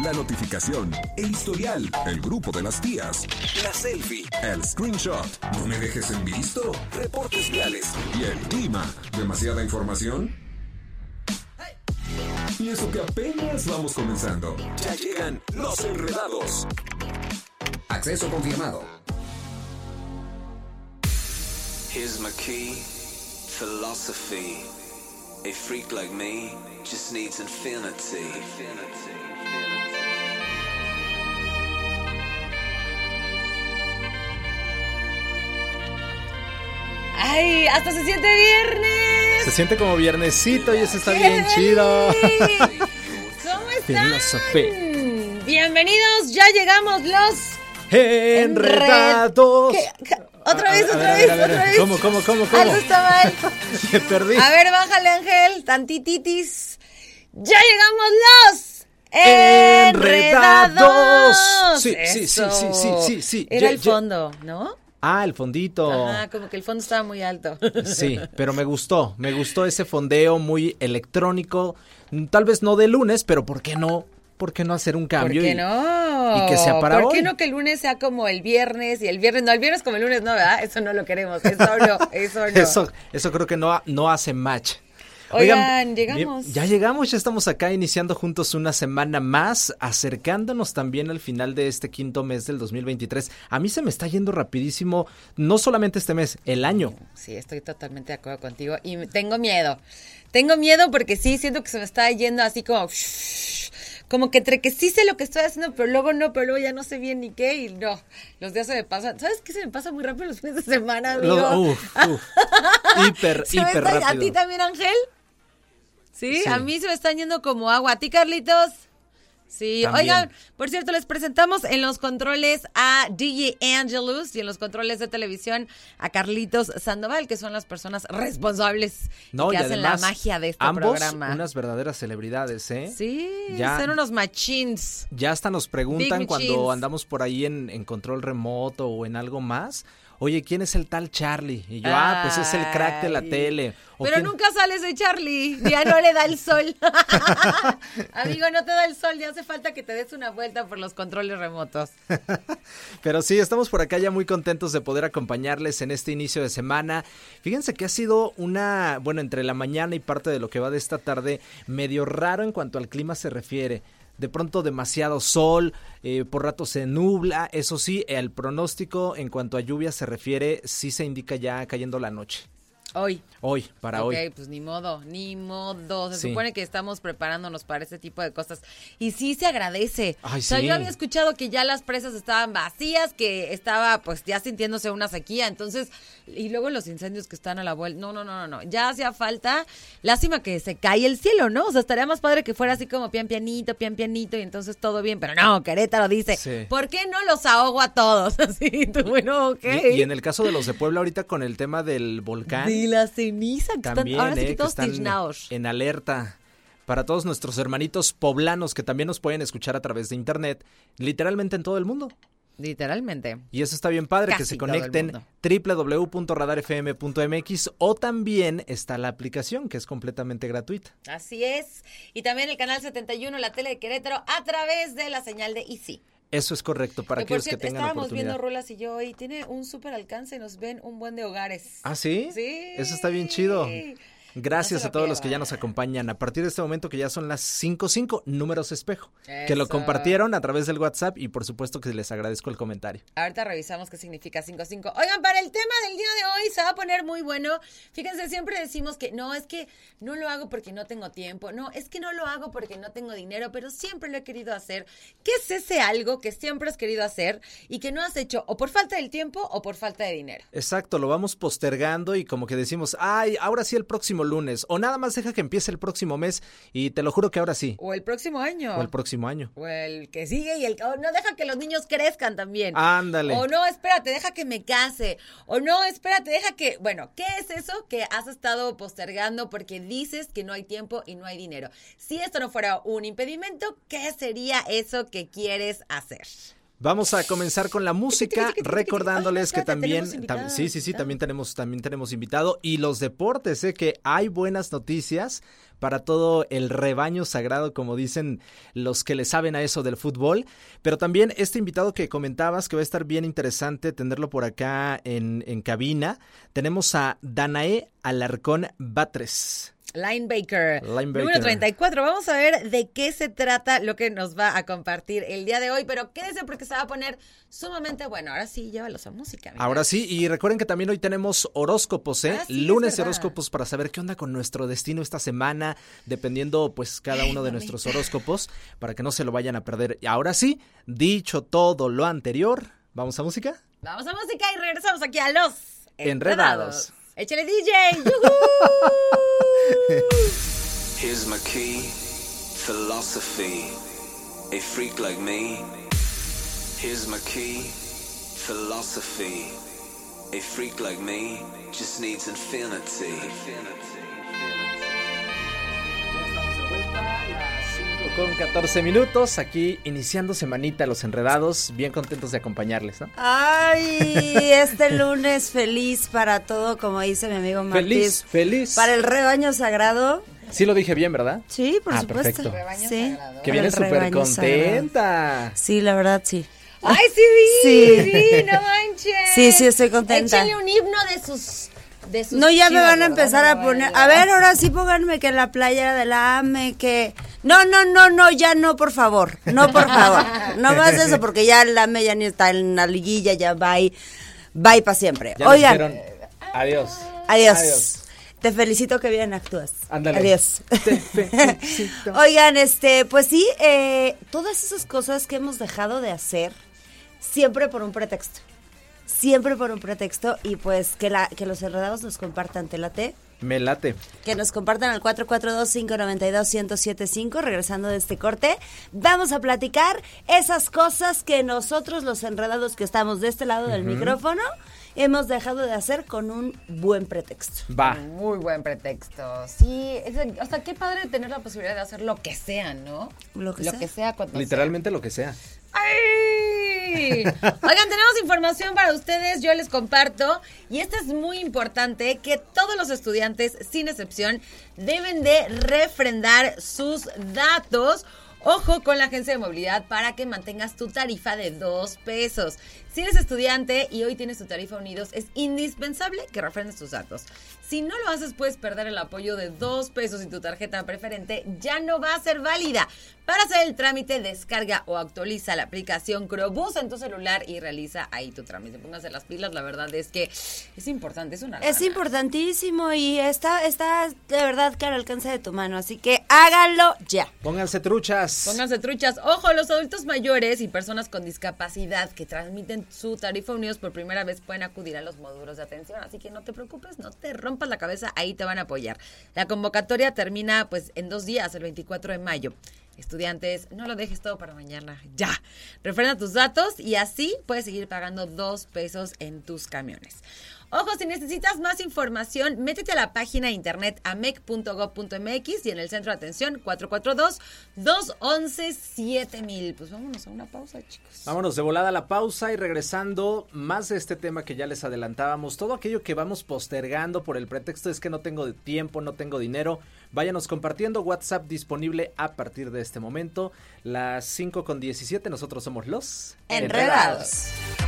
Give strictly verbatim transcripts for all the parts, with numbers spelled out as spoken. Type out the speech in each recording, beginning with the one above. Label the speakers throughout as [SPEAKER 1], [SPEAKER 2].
[SPEAKER 1] la notificación, el historial, el grupo de las tías, la selfie, el screenshot, no me dejes en visto, reportes viales y el clima. ¿Demasiada información? Y eso que apenas vamos comenzando. Ya llegan los enredados. Acceso confirmado.
[SPEAKER 2] Here's my key, philosophy. A freak like me just needs infinity. Infinity.
[SPEAKER 3] ¡Ay! ¡Hasta se siente viernes!
[SPEAKER 4] Se siente como viernesito y eso está bien chido.
[SPEAKER 3] ¿Cómo están?
[SPEAKER 4] Filosofía.
[SPEAKER 3] Bienvenidos, ya llegamos los...
[SPEAKER 4] Enredados.
[SPEAKER 3] ¿Qué? Otra vez,
[SPEAKER 4] A
[SPEAKER 3] otra
[SPEAKER 4] ver, a
[SPEAKER 3] vez,
[SPEAKER 4] ver, a ver,
[SPEAKER 3] otra
[SPEAKER 4] a ver.
[SPEAKER 3] vez.
[SPEAKER 4] ¿Cómo, cómo, cómo, cómo?
[SPEAKER 3] Algo está mal.
[SPEAKER 4] Me perdí.
[SPEAKER 3] A ver, bájale, Ángel. Tantititis. ¡Ya llegamos los...
[SPEAKER 4] Enredados. Sí, sí, sí,
[SPEAKER 3] Eso.
[SPEAKER 4] sí, sí, sí, sí.
[SPEAKER 3] Era
[SPEAKER 4] Ya,
[SPEAKER 3] el
[SPEAKER 4] ya.
[SPEAKER 3] fondo, ¿no?
[SPEAKER 4] Ah, el fondito.
[SPEAKER 3] Ajá, como que el fondo estaba muy alto.
[SPEAKER 4] Sí, pero me gustó, me gustó ese fondeo muy electrónico, tal vez no de lunes, pero ¿por qué no? ¿Por qué no hacer un cambio?
[SPEAKER 3] ¿Por qué
[SPEAKER 4] y,
[SPEAKER 3] no?
[SPEAKER 4] y que sea para
[SPEAKER 3] ¿Por qué
[SPEAKER 4] hoy?
[SPEAKER 3] no que el lunes sea como el viernes y el viernes no, el viernes como el lunes no, ¿verdad? Eso no lo queremos, eso no, eso no.
[SPEAKER 4] Eso, eso creo que no, no hace match.
[SPEAKER 3] Oigan, llegamos.
[SPEAKER 4] Bien, ya llegamos, ya estamos acá iniciando juntos una semana más, acercándonos también al final de este quinto mes del dos mil veintitrés. A mí se me está yendo rapidísimo, no solamente este mes, el año.
[SPEAKER 3] Sí, estoy totalmente de acuerdo contigo y tengo miedo. Tengo miedo porque sí, siento que se me está yendo así como... Como que entre que sí sé lo que estoy haciendo, pero luego no, pero luego ya no sé bien ni qué y no, los días se me pasan. ¿Sabes qué? Se me pasa muy rápido los fines de semana, amigo.
[SPEAKER 4] Lo- uf, uf. Hiper,
[SPEAKER 3] ¿Se me
[SPEAKER 4] hiper
[SPEAKER 3] está-
[SPEAKER 4] rápido.
[SPEAKER 3] ¿A ti también, Ángel? ¿Sí?
[SPEAKER 4] Sí.
[SPEAKER 3] A mí se me están yendo como agua. ¿A ti, Carlitos? Sí.
[SPEAKER 4] También.
[SPEAKER 3] Oigan, por cierto, les presentamos en los controles a D J Angelus y en los controles de televisión a Carlitos Sandoval, que son las personas responsables
[SPEAKER 4] No,
[SPEAKER 3] que
[SPEAKER 4] y
[SPEAKER 3] hacen
[SPEAKER 4] además,
[SPEAKER 3] la magia de este
[SPEAKER 4] ambos
[SPEAKER 3] programa.
[SPEAKER 4] unas verdaderas celebridades, ¿eh?
[SPEAKER 3] Sí,
[SPEAKER 4] Ya-
[SPEAKER 3] son unos machins.
[SPEAKER 4] Ya hasta nos preguntan
[SPEAKER 3] Big
[SPEAKER 4] cuando
[SPEAKER 3] machines.
[SPEAKER 4] andamos por ahí en, en control remoto o en algo más. Oye, ¿quién es el tal Charlie? Y yo, ah, pues es el crack de la
[SPEAKER 3] Ay.
[SPEAKER 4] tele. ¿O
[SPEAKER 3] Pero
[SPEAKER 4] quién?
[SPEAKER 3] nunca sales de Charlie, ya no le da el sol. Amigo, no te da el sol, ya hace falta que te des una vuelta por los controles remotos.
[SPEAKER 4] Pero sí, estamos por acá ya muy contentos de poder acompañarles en este inicio de semana. Fíjense que ha sido una, bueno, entre la mañana y parte de lo que va de esta tarde, medio raro en cuanto al clima se refiere. De pronto demasiado sol, eh, por rato se nubla, eso sí, el pronóstico en cuanto a lluvia se refiere, sí se indica ya cayendo la noche.
[SPEAKER 3] Hoy.
[SPEAKER 4] Hoy, para
[SPEAKER 3] Ok,
[SPEAKER 4] hoy.
[SPEAKER 3] pues ni modo, ni modo. Se
[SPEAKER 4] Sí.
[SPEAKER 3] supone que estamos preparándonos para ese tipo de cosas. Y sí se agradece.
[SPEAKER 4] Ay,
[SPEAKER 3] o sea,
[SPEAKER 4] sí.
[SPEAKER 3] yo había escuchado que ya las presas estaban vacías, que estaba pues ya sintiéndose una sequía. Entonces, y luego los incendios que están a la vuelta. No, no, no, no, no. Ya hacía falta. Lástima que se cae el cielo, ¿no? O sea, estaría más padre que fuera así como pian pianito, pian pianito y entonces todo bien. Pero no, Querétaro dice,
[SPEAKER 4] Sí.
[SPEAKER 3] ¿por qué no los ahogo a todos? Así, tú, bueno, ok.
[SPEAKER 4] Y, y en el caso de los de Puebla ahorita con el tema del volcán.
[SPEAKER 3] De la ceniza. Que
[SPEAKER 4] También,
[SPEAKER 3] están, ahora sí
[SPEAKER 4] eh,
[SPEAKER 3] que
[SPEAKER 4] que
[SPEAKER 3] todos
[SPEAKER 4] están
[SPEAKER 3] tiznaos.
[SPEAKER 4] en alerta. Para todos nuestros hermanitos poblanos que también nos pueden escuchar a través de internet, literalmente en todo el mundo.
[SPEAKER 3] Literalmente.
[SPEAKER 4] Y eso está bien padre,
[SPEAKER 3] Casi
[SPEAKER 4] que se
[SPEAKER 3] todo el
[SPEAKER 4] conecten
[SPEAKER 3] mundo.
[SPEAKER 4] doble u doble u doble u punto radar f m punto m x o también está la aplicación que es completamente gratuita.
[SPEAKER 3] Así es. Y también el canal setenta y uno, la tele de Querétaro, a través de la señal de Easy.
[SPEAKER 4] Eso es correcto para
[SPEAKER 3] Que por
[SPEAKER 4] aquellos que
[SPEAKER 3] cierto,
[SPEAKER 4] tengan
[SPEAKER 3] estábamos
[SPEAKER 4] oportunidad.
[SPEAKER 3] viendo Rulas y yo y tiene un súper alcance, nos ven un buen de hogares.
[SPEAKER 4] ¿Ah, sí?
[SPEAKER 3] Sí.
[SPEAKER 4] Eso está bien chido. Gracias
[SPEAKER 3] No se lo
[SPEAKER 4] a todos los que ya
[SPEAKER 3] pierdan.
[SPEAKER 4] nos acompañan. A partir de este momento que ya son las cinco cinco, números espejo. Que lo
[SPEAKER 3] Eso.
[SPEAKER 4] compartieron a través del WhatsApp y por supuesto que les agradezco el comentario.
[SPEAKER 3] Ahorita revisamos qué significa cinco cinco. Oigan, para el tema del día de hoy se va a poner muy bueno. Fíjense, siempre decimos que no, es que no lo hago porque no tengo tiempo. No, es que no lo hago porque no tengo dinero, pero siempre lo he querido hacer. ¿Qué es ese algo que siempre has querido hacer y que no has hecho o por falta del tiempo o por falta de dinero?
[SPEAKER 4] Exacto, lo vamos postergando y como que decimos, ay, ahora sí el próximo lunes. O nada más deja que empiece el próximo mes y te lo juro que ahora sí.
[SPEAKER 3] O el próximo año.
[SPEAKER 4] O el próximo año.
[SPEAKER 3] O el que sigue y el que... o no, deja que los niños crezcan también.
[SPEAKER 4] Ándale.
[SPEAKER 3] O no, espérate, deja que me case. O no, espérate, deja que... Bueno, ¿qué es eso que has estado postergando porque dices que no hay tiempo y no hay dinero? Si esto no fuera un impedimento, ¿qué sería eso que quieres hacer?
[SPEAKER 4] Vamos a comenzar con la música,
[SPEAKER 3] Chiqui, chiqui, chiqui,
[SPEAKER 4] recordándoles
[SPEAKER 3] chiqui. Oye,
[SPEAKER 4] que también,
[SPEAKER 3] espérate, tenemos
[SPEAKER 4] tam- sí, sí, sí,
[SPEAKER 3] invitado.
[SPEAKER 4] también tenemos, también tenemos invitado y los deportes, eh, que hay buenas noticias para todo el rebaño sagrado, como dicen los que le saben a eso del fútbol, pero también este invitado que comentabas, que va a estar bien interesante tenerlo por acá en, en cabina, tenemos a Danae Alarcón Batres.
[SPEAKER 3] Linebacker,
[SPEAKER 4] Linebacker.
[SPEAKER 3] número treinta y cuatro. Vamos a ver de qué se trata lo que nos va a compartir el día de hoy, pero quédese porque se va a poner sumamente bueno. Ahora sí, llévalos a música. Mira.
[SPEAKER 4] Ahora sí, y recuerden que también hoy tenemos horóscopos, ¿eh?
[SPEAKER 3] Ah, sí,
[SPEAKER 4] Lunes
[SPEAKER 3] es
[SPEAKER 4] de
[SPEAKER 3] verdad.
[SPEAKER 4] horóscopos para saber qué onda con nuestro destino esta semana, dependiendo pues cada uno de nuestros horóscopos, para que no se lo vayan a perder. Y ahora sí, dicho todo lo anterior, ¿vamos a música?
[SPEAKER 3] Vamos a música y regresamos aquí a Los
[SPEAKER 4] Enredados.
[SPEAKER 3] Enredados. Échale D J. ¡Yujú!
[SPEAKER 2] Here's my key, philosophy. A freak like me. Here's my key, philosophy. A freak like me just needs infinity.
[SPEAKER 4] Con catorce minutos, aquí iniciando semanita Los Enredados, bien contentos de acompañarles, ¿no?
[SPEAKER 5] Ay, este lunes feliz para todo, como dice mi amigo Martis.
[SPEAKER 4] Feliz, feliz.
[SPEAKER 5] Para el rebaño sagrado.
[SPEAKER 4] Sí lo dije bien, ¿verdad?
[SPEAKER 5] Sí, por
[SPEAKER 4] Ah,
[SPEAKER 5] supuesto.
[SPEAKER 4] perfecto.
[SPEAKER 3] Rebaño
[SPEAKER 5] Sí.
[SPEAKER 3] sagrado.
[SPEAKER 4] Que
[SPEAKER 5] Para
[SPEAKER 4] viene
[SPEAKER 5] el
[SPEAKER 4] súper
[SPEAKER 5] rebaño
[SPEAKER 4] contenta.
[SPEAKER 5] Sí, la verdad, sí.
[SPEAKER 3] Ay, sí vi,
[SPEAKER 5] Sí.
[SPEAKER 3] sí, no manches.
[SPEAKER 5] Sí, sí, estoy contenta.
[SPEAKER 3] Échale un himno de sus, de sus
[SPEAKER 5] No, ya me
[SPEAKER 3] chivas,
[SPEAKER 5] van a
[SPEAKER 3] ¿verdad?
[SPEAKER 5] empezar
[SPEAKER 3] No,
[SPEAKER 5] a
[SPEAKER 3] no,
[SPEAKER 5] poner.
[SPEAKER 3] no,
[SPEAKER 5] A
[SPEAKER 3] no.
[SPEAKER 5] ver, ahora sí pónganme que la playera de la AME, que. No, no, no, no, ya no, por favor. No, por favor. No más eso, porque ya la AME ya ni está en la liguilla, ya va y va y para siempre.
[SPEAKER 4] Ya
[SPEAKER 5] Oigan,
[SPEAKER 4] nos dijeron adiós.
[SPEAKER 5] adiós.
[SPEAKER 4] Adiós.
[SPEAKER 5] Te felicito que bien actúas.
[SPEAKER 4] Ándale.
[SPEAKER 5] Adiós.
[SPEAKER 4] Te felicito.
[SPEAKER 5] Oigan, este, pues sí, eh, todas esas cosas que hemos dejado de hacer, siempre por un pretexto. Siempre por un pretexto. Y pues que la, que los enredados nos compartan, ¿te late?
[SPEAKER 4] Me late.
[SPEAKER 5] Que nos compartan al cuatro cuatro dos, cinco nueve dos, uno cero siete cinco. Regresando de este corte, vamos a platicar esas cosas que nosotros, los enredados que estamos de este lado del micrófono, hemos dejado de hacer con un buen pretexto.
[SPEAKER 4] Va.
[SPEAKER 3] Muy buen pretexto. Sí, es, o sea, qué padre tener la posibilidad de hacer lo que sea, ¿no?
[SPEAKER 5] Lo que sea.
[SPEAKER 3] cuando
[SPEAKER 4] Literalmente lo que sea.
[SPEAKER 3] sea. ¡Ay! Oigan, tenemos información para ustedes, yo les comparto. Y esto es muy importante, que todos los estudiantes, sin excepción, deben de refrendar sus datos. Ojo con la agencia de movilidad para que mantengas tu tarifa de dos pesos. Si eres estudiante y hoy tienes tu tarifa Unidos, es indispensable que refrendes tus datos. Si no lo haces, puedes perder el apoyo de dos pesos y tu tarjeta preferente ya no va a ser válida. Para hacer el trámite, descarga o actualiza la aplicación Crobús en tu celular y realiza ahí tu trámite. Póngase las pilas, la verdad es que es importante, es una
[SPEAKER 5] Es
[SPEAKER 3] lana.
[SPEAKER 5] importantísimo y está, está de verdad que al alcance de tu mano, así que háganlo ya.
[SPEAKER 4] Pónganse truchas.
[SPEAKER 3] Pónganse truchas. Ojo, los adultos mayores y personas con discapacidad que transmiten su tarifa Unidos por primera vez pueden acudir a los módulos de atención. Así que no te preocupes, no te rompas la cabeza, ahí te van a apoyar. La convocatoria termina pues en dos días, el veinticuatro de mayo. Estudiantes, no lo dejes todo para mañana, ya. Refrenda tus datos y así puedes seguir pagando dos pesos en tus camiones. Ojo, si necesitas más información, métete a la página de internet amec punto gob punto mx y en el centro de atención cuatro cuatro dos, dos once, siete mil. Pues vámonos a una pausa, chicos.
[SPEAKER 4] Vámonos de volada a la pausa y regresando, más de este tema que ya les adelantábamos, todo aquello que vamos postergando por el pretexto es que no tengo tiempo, no tengo dinero, váyanos compartiendo, WhatsApp disponible a partir de este momento, las cinco con diecisiete, nosotros somos los
[SPEAKER 5] Enredados.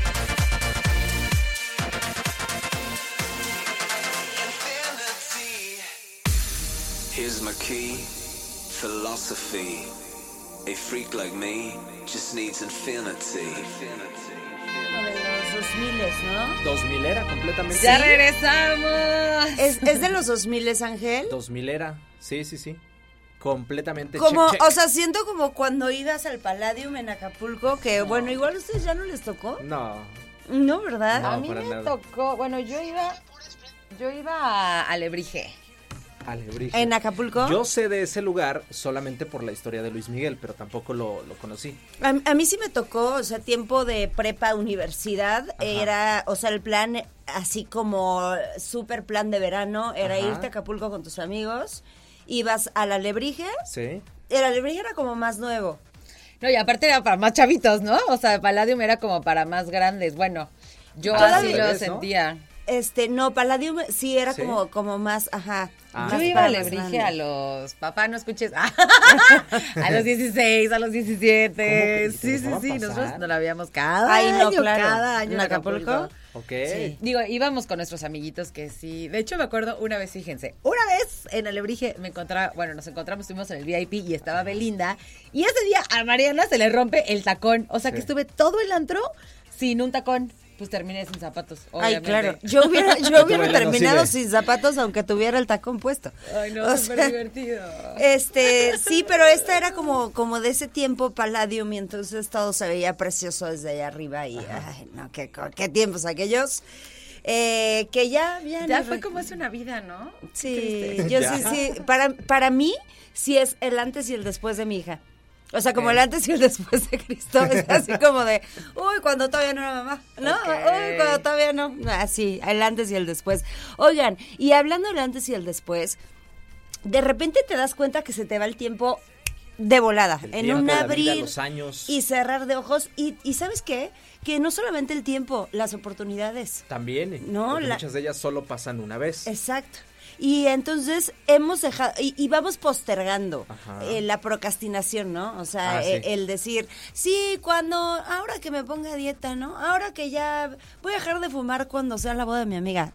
[SPEAKER 2] Here's my key, philosophy. A freak like me just needs infinity.
[SPEAKER 5] De los dos miles, ¿no?
[SPEAKER 4] dos mil era completamente.
[SPEAKER 3] ¡Ya regresamos!
[SPEAKER 5] ¿Es, es de los dos miles, Ángel?
[SPEAKER 4] dos mil era, sí, sí, sí, completamente.
[SPEAKER 5] Como,
[SPEAKER 4] check, check.
[SPEAKER 5] o sea, siento como cuando ibas al Palladium en Acapulco, que bueno, igual a ustedes ya no les tocó.
[SPEAKER 4] No,
[SPEAKER 5] No, ¿verdad?
[SPEAKER 4] No.
[SPEAKER 3] a mí
[SPEAKER 4] para
[SPEAKER 3] me
[SPEAKER 4] nada.
[SPEAKER 3] tocó, bueno, yo iba, yo iba a Alebrije.
[SPEAKER 4] Alebrije.
[SPEAKER 5] ¿En Acapulco?
[SPEAKER 4] Yo sé de ese lugar solamente por la historia de Luis Miguel, pero tampoco lo, lo conocí.
[SPEAKER 5] A, a mí sí me tocó, o sea, tiempo de prepa, universidad, era, o sea, el plan, así como súper plan de verano, era
[SPEAKER 4] Ajá.
[SPEAKER 5] irte a Acapulco con tus amigos, ibas a la Alebrije,
[SPEAKER 4] Sí.
[SPEAKER 5] el Alebrije era como más nuevo.
[SPEAKER 3] No, y aparte era para más chavitos, ¿no? O sea, Palladium era como para más grandes. Bueno, yo
[SPEAKER 4] Ah,
[SPEAKER 3] así
[SPEAKER 4] al
[SPEAKER 3] lo
[SPEAKER 4] revés, ¿no?
[SPEAKER 3] sentía.
[SPEAKER 5] Este, no, Palladium sí era
[SPEAKER 4] ¿Sí?
[SPEAKER 5] como, como más, ajá.
[SPEAKER 4] Ah.
[SPEAKER 5] más
[SPEAKER 3] Yo iba
[SPEAKER 5] para
[SPEAKER 3] al
[SPEAKER 5] más
[SPEAKER 3] Lebrige
[SPEAKER 5] grande.
[SPEAKER 3] a los, papá, no escuches, a los dieciséis, a los diecisiete,
[SPEAKER 4] ¿Cómo que
[SPEAKER 3] sí,
[SPEAKER 4] te
[SPEAKER 3] sí,
[SPEAKER 4] dejaban
[SPEAKER 3] sí,
[SPEAKER 4] pasar?
[SPEAKER 3] nosotros nos la veíamos cada
[SPEAKER 5] Ay, no,
[SPEAKER 3] año,
[SPEAKER 5] claro.
[SPEAKER 3] cada año
[SPEAKER 5] ¿En Acapulco?
[SPEAKER 4] Ok.
[SPEAKER 5] Sí.
[SPEAKER 3] Digo, íbamos con nuestros amiguitos que sí, de hecho me acuerdo una vez, fíjense, una vez en Alebrije me encontraba, bueno, nos encontramos, estuvimos en el V I P y estaba Belinda, y ese día a Mariana se le rompe el tacón, o sea que
[SPEAKER 4] Sí.
[SPEAKER 3] estuve todo el antro sin un tacón, pues terminé sin zapatos,
[SPEAKER 5] Ay,
[SPEAKER 3] obviamente.
[SPEAKER 5] claro. Yo hubiera, yo
[SPEAKER 4] Tú
[SPEAKER 5] hubiera
[SPEAKER 4] bailando
[SPEAKER 5] terminado
[SPEAKER 4] así de-
[SPEAKER 5] sin zapatos aunque tuviera el tacón puesto.
[SPEAKER 3] Ay, no,
[SPEAKER 5] O
[SPEAKER 3] súper
[SPEAKER 5] sea,
[SPEAKER 3] divertido.
[SPEAKER 5] Este, sí, pero esta era como, como de ese tiempo Palladium y entonces todo se veía precioso desde allá arriba y, ay, no, qué, qué tiempos aquellos. Eh, que ya, ya.
[SPEAKER 3] Ya
[SPEAKER 5] ni
[SPEAKER 3] fue
[SPEAKER 5] re-
[SPEAKER 3] como hace una vida, ¿no?
[SPEAKER 5] Sí,
[SPEAKER 3] Qué
[SPEAKER 5] yo
[SPEAKER 4] Ya.
[SPEAKER 5] sí, sí. Para, para mí, sí es el antes y el después de mi hija. O sea, como
[SPEAKER 3] Ok.
[SPEAKER 5] el antes y el después de Cristo. Es así como de, uy, cuando todavía no era mamá. No,
[SPEAKER 3] Ok.
[SPEAKER 5] uy, cuando todavía no. Así, el antes y el después. Oigan, y hablando del antes y el después, de repente te das cuenta que se te va el tiempo de volada.
[SPEAKER 4] El
[SPEAKER 5] en
[SPEAKER 4] tiempo,
[SPEAKER 5] un
[SPEAKER 4] la vida,
[SPEAKER 5] abrir
[SPEAKER 4] los años.
[SPEAKER 5] y cerrar de ojos. Y, y ¿sabes qué? Que no solamente el tiempo, las oportunidades.
[SPEAKER 4] También.
[SPEAKER 5] No,
[SPEAKER 4] porque
[SPEAKER 5] la-
[SPEAKER 4] muchas de ellas solo pasan una vez.
[SPEAKER 5] Exacto. Y entonces hemos dejado, y, y vamos postergando
[SPEAKER 4] Ajá.
[SPEAKER 5] eh, la procrastinación, ¿no? O sea,
[SPEAKER 4] Ah, sí.
[SPEAKER 5] eh, el decir, sí, cuando, ahora que me ponga a dieta, ¿no? Ahora que ya voy a dejar de fumar cuando sea la boda de mi amiga.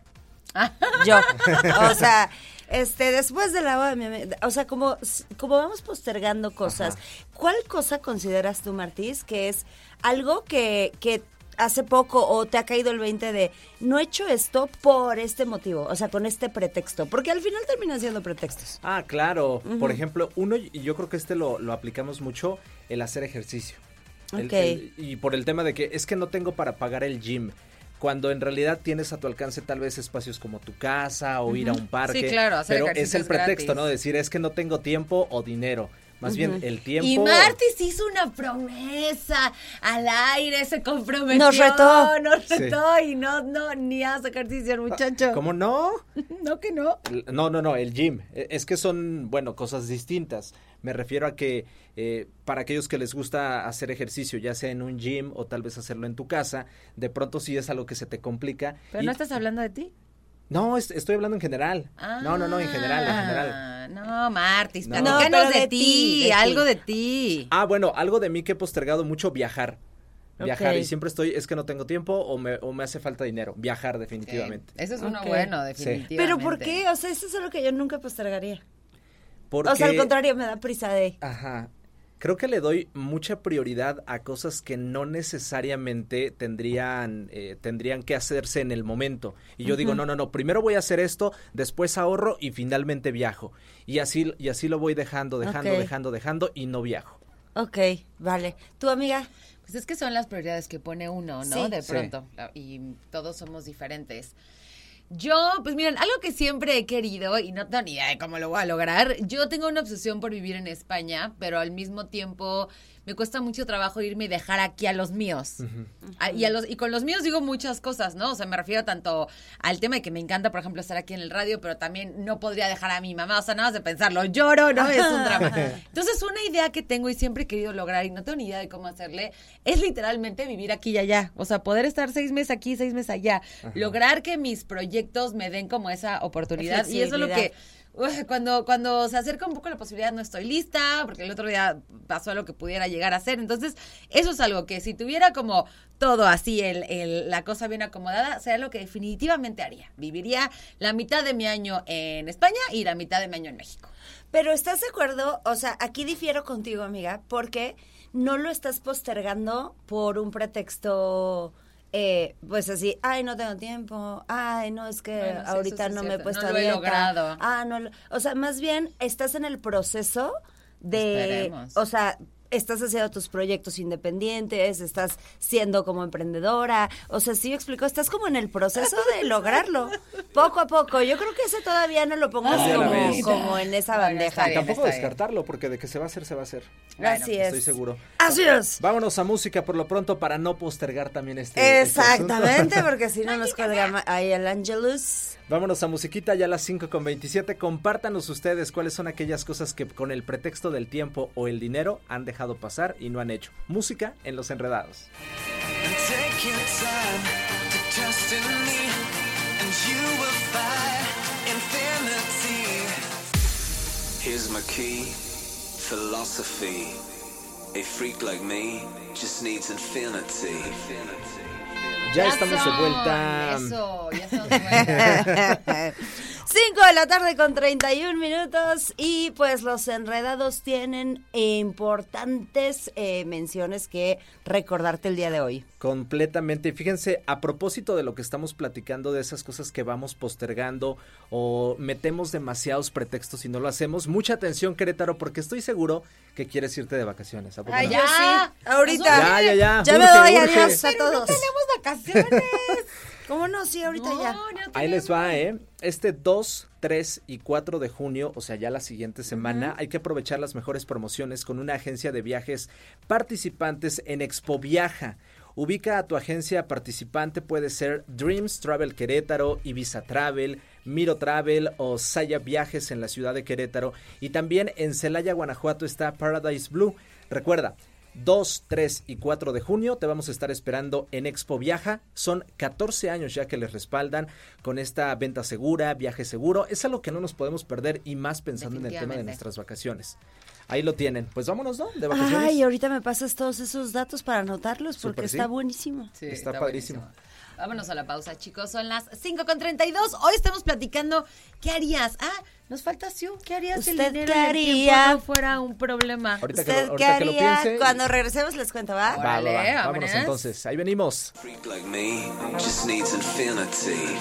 [SPEAKER 5] Yo. O sea, este, después de la boda de mi amiga, o sea, como, como vamos postergando cosas,
[SPEAKER 4] Ajá.
[SPEAKER 5] ¿cuál cosa consideras tú, Martís, que es algo que, que hace poco o te ha caído el veinte de no he hecho esto por este motivo, o sea, con este pretexto? Porque al final terminan siendo pretextos.
[SPEAKER 4] Ah, claro. Por ejemplo, uno, y yo creo que este lo, lo aplicamos mucho, el hacer ejercicio. El-
[SPEAKER 5] Ok.
[SPEAKER 4] el- y por el tema de que es que no tengo para pagar el gym. Cuando en realidad tienes a tu alcance tal vez espacios como tu casa o ir a un parque.
[SPEAKER 3] Sí, claro, hacer
[SPEAKER 4] pero es
[SPEAKER 3] ejercicio
[SPEAKER 4] el
[SPEAKER 3] es
[SPEAKER 4] pretexto,
[SPEAKER 3] gratis.
[SPEAKER 4] ¿no? Decir es que no tengo tiempo o dinero. Más bien el tiempo.
[SPEAKER 3] Y Martis hizo una promesa al aire, se comprometió.
[SPEAKER 5] Nos retó.
[SPEAKER 3] Nos
[SPEAKER 4] Sí.
[SPEAKER 3] retó y no, no, ni hace ejercicio el muchacho.
[SPEAKER 4] ¿Cómo no?
[SPEAKER 3] No que no.
[SPEAKER 4] No, no, no, el gym. E- Es que son, bueno, cosas distintas. Me refiero a que eh, para aquellos que les gusta hacer ejercicio, ya sea en un gym o tal vez hacerlo en tu casa, de pronto sí es algo que se te complica.
[SPEAKER 3] Pero
[SPEAKER 4] y-
[SPEAKER 3] no estás hablando de ti.
[SPEAKER 4] No, es- estoy hablando en general. No, no, no, en general, en general.
[SPEAKER 3] Ah, No, Martis,
[SPEAKER 4] No.
[SPEAKER 3] platícanos
[SPEAKER 5] No, pero
[SPEAKER 3] de,
[SPEAKER 5] de
[SPEAKER 3] ti,
[SPEAKER 5] ti, de
[SPEAKER 3] algo
[SPEAKER 5] ti.
[SPEAKER 3] de ti.
[SPEAKER 4] Ah, bueno, algo de mí que he postergado mucho, viajar. Viajar
[SPEAKER 5] Ok.
[SPEAKER 4] y siempre estoy, es que no tengo tiempo o me, o me hace falta dinero. Viajar definitivamente.
[SPEAKER 3] Eso es uno
[SPEAKER 5] Ok.
[SPEAKER 3] bueno,
[SPEAKER 4] Sí.
[SPEAKER 3] definitivamente.
[SPEAKER 5] Pero ¿por qué? O sea, eso es algo que yo nunca postergaría.
[SPEAKER 4] Porque,
[SPEAKER 5] O sea, al contrario, me da prisa de...
[SPEAKER 4] Ajá. Creo que le doy mucha prioridad a cosas que no necesariamente tendrían, eh, tendrían que hacerse en el momento. Y yo digo, no, no, no, primero voy a hacer esto, después ahorro y finalmente viajo. Y así, y así lo voy dejando, dejando,
[SPEAKER 5] Ok.
[SPEAKER 4] dejando, dejando y no viajo.
[SPEAKER 5] Ok, vale. ¿Tu amiga?
[SPEAKER 3] Pues es que son las prioridades que pone uno, ¿no?
[SPEAKER 5] Sí.
[SPEAKER 3] De
[SPEAKER 4] Sí.
[SPEAKER 3] pronto. Y todos somos diferentes. Yo, pues miren, algo que siempre he querido y no tengo ni idea de cómo lo voy a lograr. Yo tengo una obsesión por vivir en España, pero al mismo tiempo me cuesta mucho trabajo irme y dejar aquí a los míos. Ah, y, a los, y con los míos digo muchas cosas, ¿no? O sea, me refiero tanto al tema de que me encanta, por ejemplo, estar aquí en el radio, pero también no podría dejar a mi mamá. O sea, nada más de pensarlo, lloro, ¿no? Es un drama. Entonces, una idea que tengo y siempre he querido lograr y no tengo ni idea de cómo hacerle, es literalmente vivir aquí y allá. O sea, poder estar seis meses aquí, seis meses allá. Lograr que mis proyectos me den como esa oportunidad. Y eso es lo que... Uf, Cuando, cuando se acerca un poco la posibilidad no estoy lista, porque el otro día pasó algo que pudiera llegar a ser. Entonces, eso es algo que si tuviera como todo así, el, el, la cosa bien acomodada, sería lo que definitivamente haría. Viviría la mitad de mi año en España y la mitad de mi año en México.
[SPEAKER 5] Pero ¿estás de acuerdo? O sea, aquí difiero contigo, amiga, porque no lo estás postergando por un pretexto... Eh, pues así, ay, no tengo tiempo, ay, no, es que
[SPEAKER 3] Bueno, sí,
[SPEAKER 5] ahorita
[SPEAKER 3] eso sí
[SPEAKER 5] no
[SPEAKER 3] es
[SPEAKER 5] me he
[SPEAKER 3] cierto,
[SPEAKER 5] puesto
[SPEAKER 3] no
[SPEAKER 5] a
[SPEAKER 3] lo he
[SPEAKER 5] dieta.
[SPEAKER 3] logrado.
[SPEAKER 5] Ah, no, lo- o sea, más bien estás en el proceso de,
[SPEAKER 3] Esperemos.
[SPEAKER 5] o sea, estás haciendo tus proyectos independientes, estás siendo como emprendedora, o sea, sí me explico, estás como en el proceso de lograrlo, poco a poco. Yo creo que ese todavía no lo pongas
[SPEAKER 4] Un día a la
[SPEAKER 5] como,
[SPEAKER 4] vez.
[SPEAKER 5] como en esa
[SPEAKER 3] Bueno,
[SPEAKER 5] bandeja.
[SPEAKER 3] está bien,
[SPEAKER 4] Tampoco
[SPEAKER 3] está bien.
[SPEAKER 4] descartarlo, porque de que se va a hacer, se va a hacer.
[SPEAKER 5] Así es.
[SPEAKER 4] Estoy seguro.
[SPEAKER 5] Así es.
[SPEAKER 4] Vámonos a música por lo pronto para no postergar también este. este asunto.
[SPEAKER 5] Exactamente, porque si no nos cuelga ma- ahí el Angelus.
[SPEAKER 4] Vámonos a musiquita ya a las cinco con veintisiete. Compártanos ustedes cuáles son aquellas cosas que con el pretexto del tiempo o el dinero han dejado dejado pasar y no han hecho. Música en Los Enredados.
[SPEAKER 2] Take your time to trust in me, and you will find infinity. Here's my key, philosophy. A freak like me just needs infinity.
[SPEAKER 4] Ya estamos de vuelta.
[SPEAKER 3] Eso, ya estamos de vuelta.
[SPEAKER 5] cinco de la tarde con treinta y un minutos y pues Los Enredados tienen importantes eh, menciones que recordarte el día de hoy.
[SPEAKER 4] Completamente. Fíjense, a propósito de lo que estamos platicando, de esas cosas que vamos postergando o metemos demasiados pretextos y no lo hacemos, mucha atención, Querétaro, porque estoy seguro que quieres irte de vacaciones. ¿A poco
[SPEAKER 5] Ay,
[SPEAKER 4] no?
[SPEAKER 5] ya, sí. Ahorita.
[SPEAKER 4] Ya, ya, ya.
[SPEAKER 5] Ya
[SPEAKER 4] Urge,
[SPEAKER 5] me doy
[SPEAKER 4] urge.
[SPEAKER 5] adiós a
[SPEAKER 3] Pero no
[SPEAKER 5] todos.
[SPEAKER 3] tenemos vacaciones.
[SPEAKER 5] ¿Cómo no? Sí, ahorita
[SPEAKER 3] No,
[SPEAKER 5] ya.
[SPEAKER 3] no
[SPEAKER 4] Ahí les
[SPEAKER 3] tenemos.
[SPEAKER 4] va, ¿eh? Este dos, tres y cuatro de junio, o sea, ya la siguiente semana, uh-huh. hay que aprovechar las mejores promociones con una agencia de viajes participantes en Expo Viaja. Ubica a tu agencia participante, puede ser Dreams Travel Querétaro, Ibiza Travel, Miro Travel o Saya Viajes en la ciudad de Querétaro. Y también en Celaya, Guanajuato está Paradise Blue. Recuerda, dos, tres y cuatro de junio te vamos a estar esperando en Expo Viaja. Son catorce años ya que les respaldan con esta venta segura, viaje seguro. Es algo que no nos podemos perder y más pensando en el tema de nuestras vacaciones. Ahí lo tienen. Pues vámonos, ¿no? De vacaciones.
[SPEAKER 5] Ay, ahorita me pasas todos esos datos para anotarlos porque
[SPEAKER 4] Súper, sí.
[SPEAKER 5] está buenísimo.
[SPEAKER 3] Sí,
[SPEAKER 4] está,
[SPEAKER 3] está
[SPEAKER 4] padrísimo.
[SPEAKER 3] buenísimo. Vámonos a la pausa, chicos. Son las cinco con treinta y dos. Hoy estamos platicando, ¿qué harías? Ah, nos falta Siu. ¿Qué harías si el
[SPEAKER 5] ¿Usted
[SPEAKER 3] dinero
[SPEAKER 5] qué
[SPEAKER 3] y el tiempo
[SPEAKER 5] haría?
[SPEAKER 3] no fuera un problema?
[SPEAKER 4] Ahorita que lo,
[SPEAKER 5] ¿Usted qué
[SPEAKER 4] ahorita que lo
[SPEAKER 5] haría?
[SPEAKER 4] piense.
[SPEAKER 5] Cuando regresemos les cuento, ¿va?
[SPEAKER 4] Va, va, va.
[SPEAKER 3] Órale,
[SPEAKER 4] Vámonos
[SPEAKER 3] vámonos.
[SPEAKER 4] entonces. Ahí venimos.
[SPEAKER 2] Freak like me just needs infinity.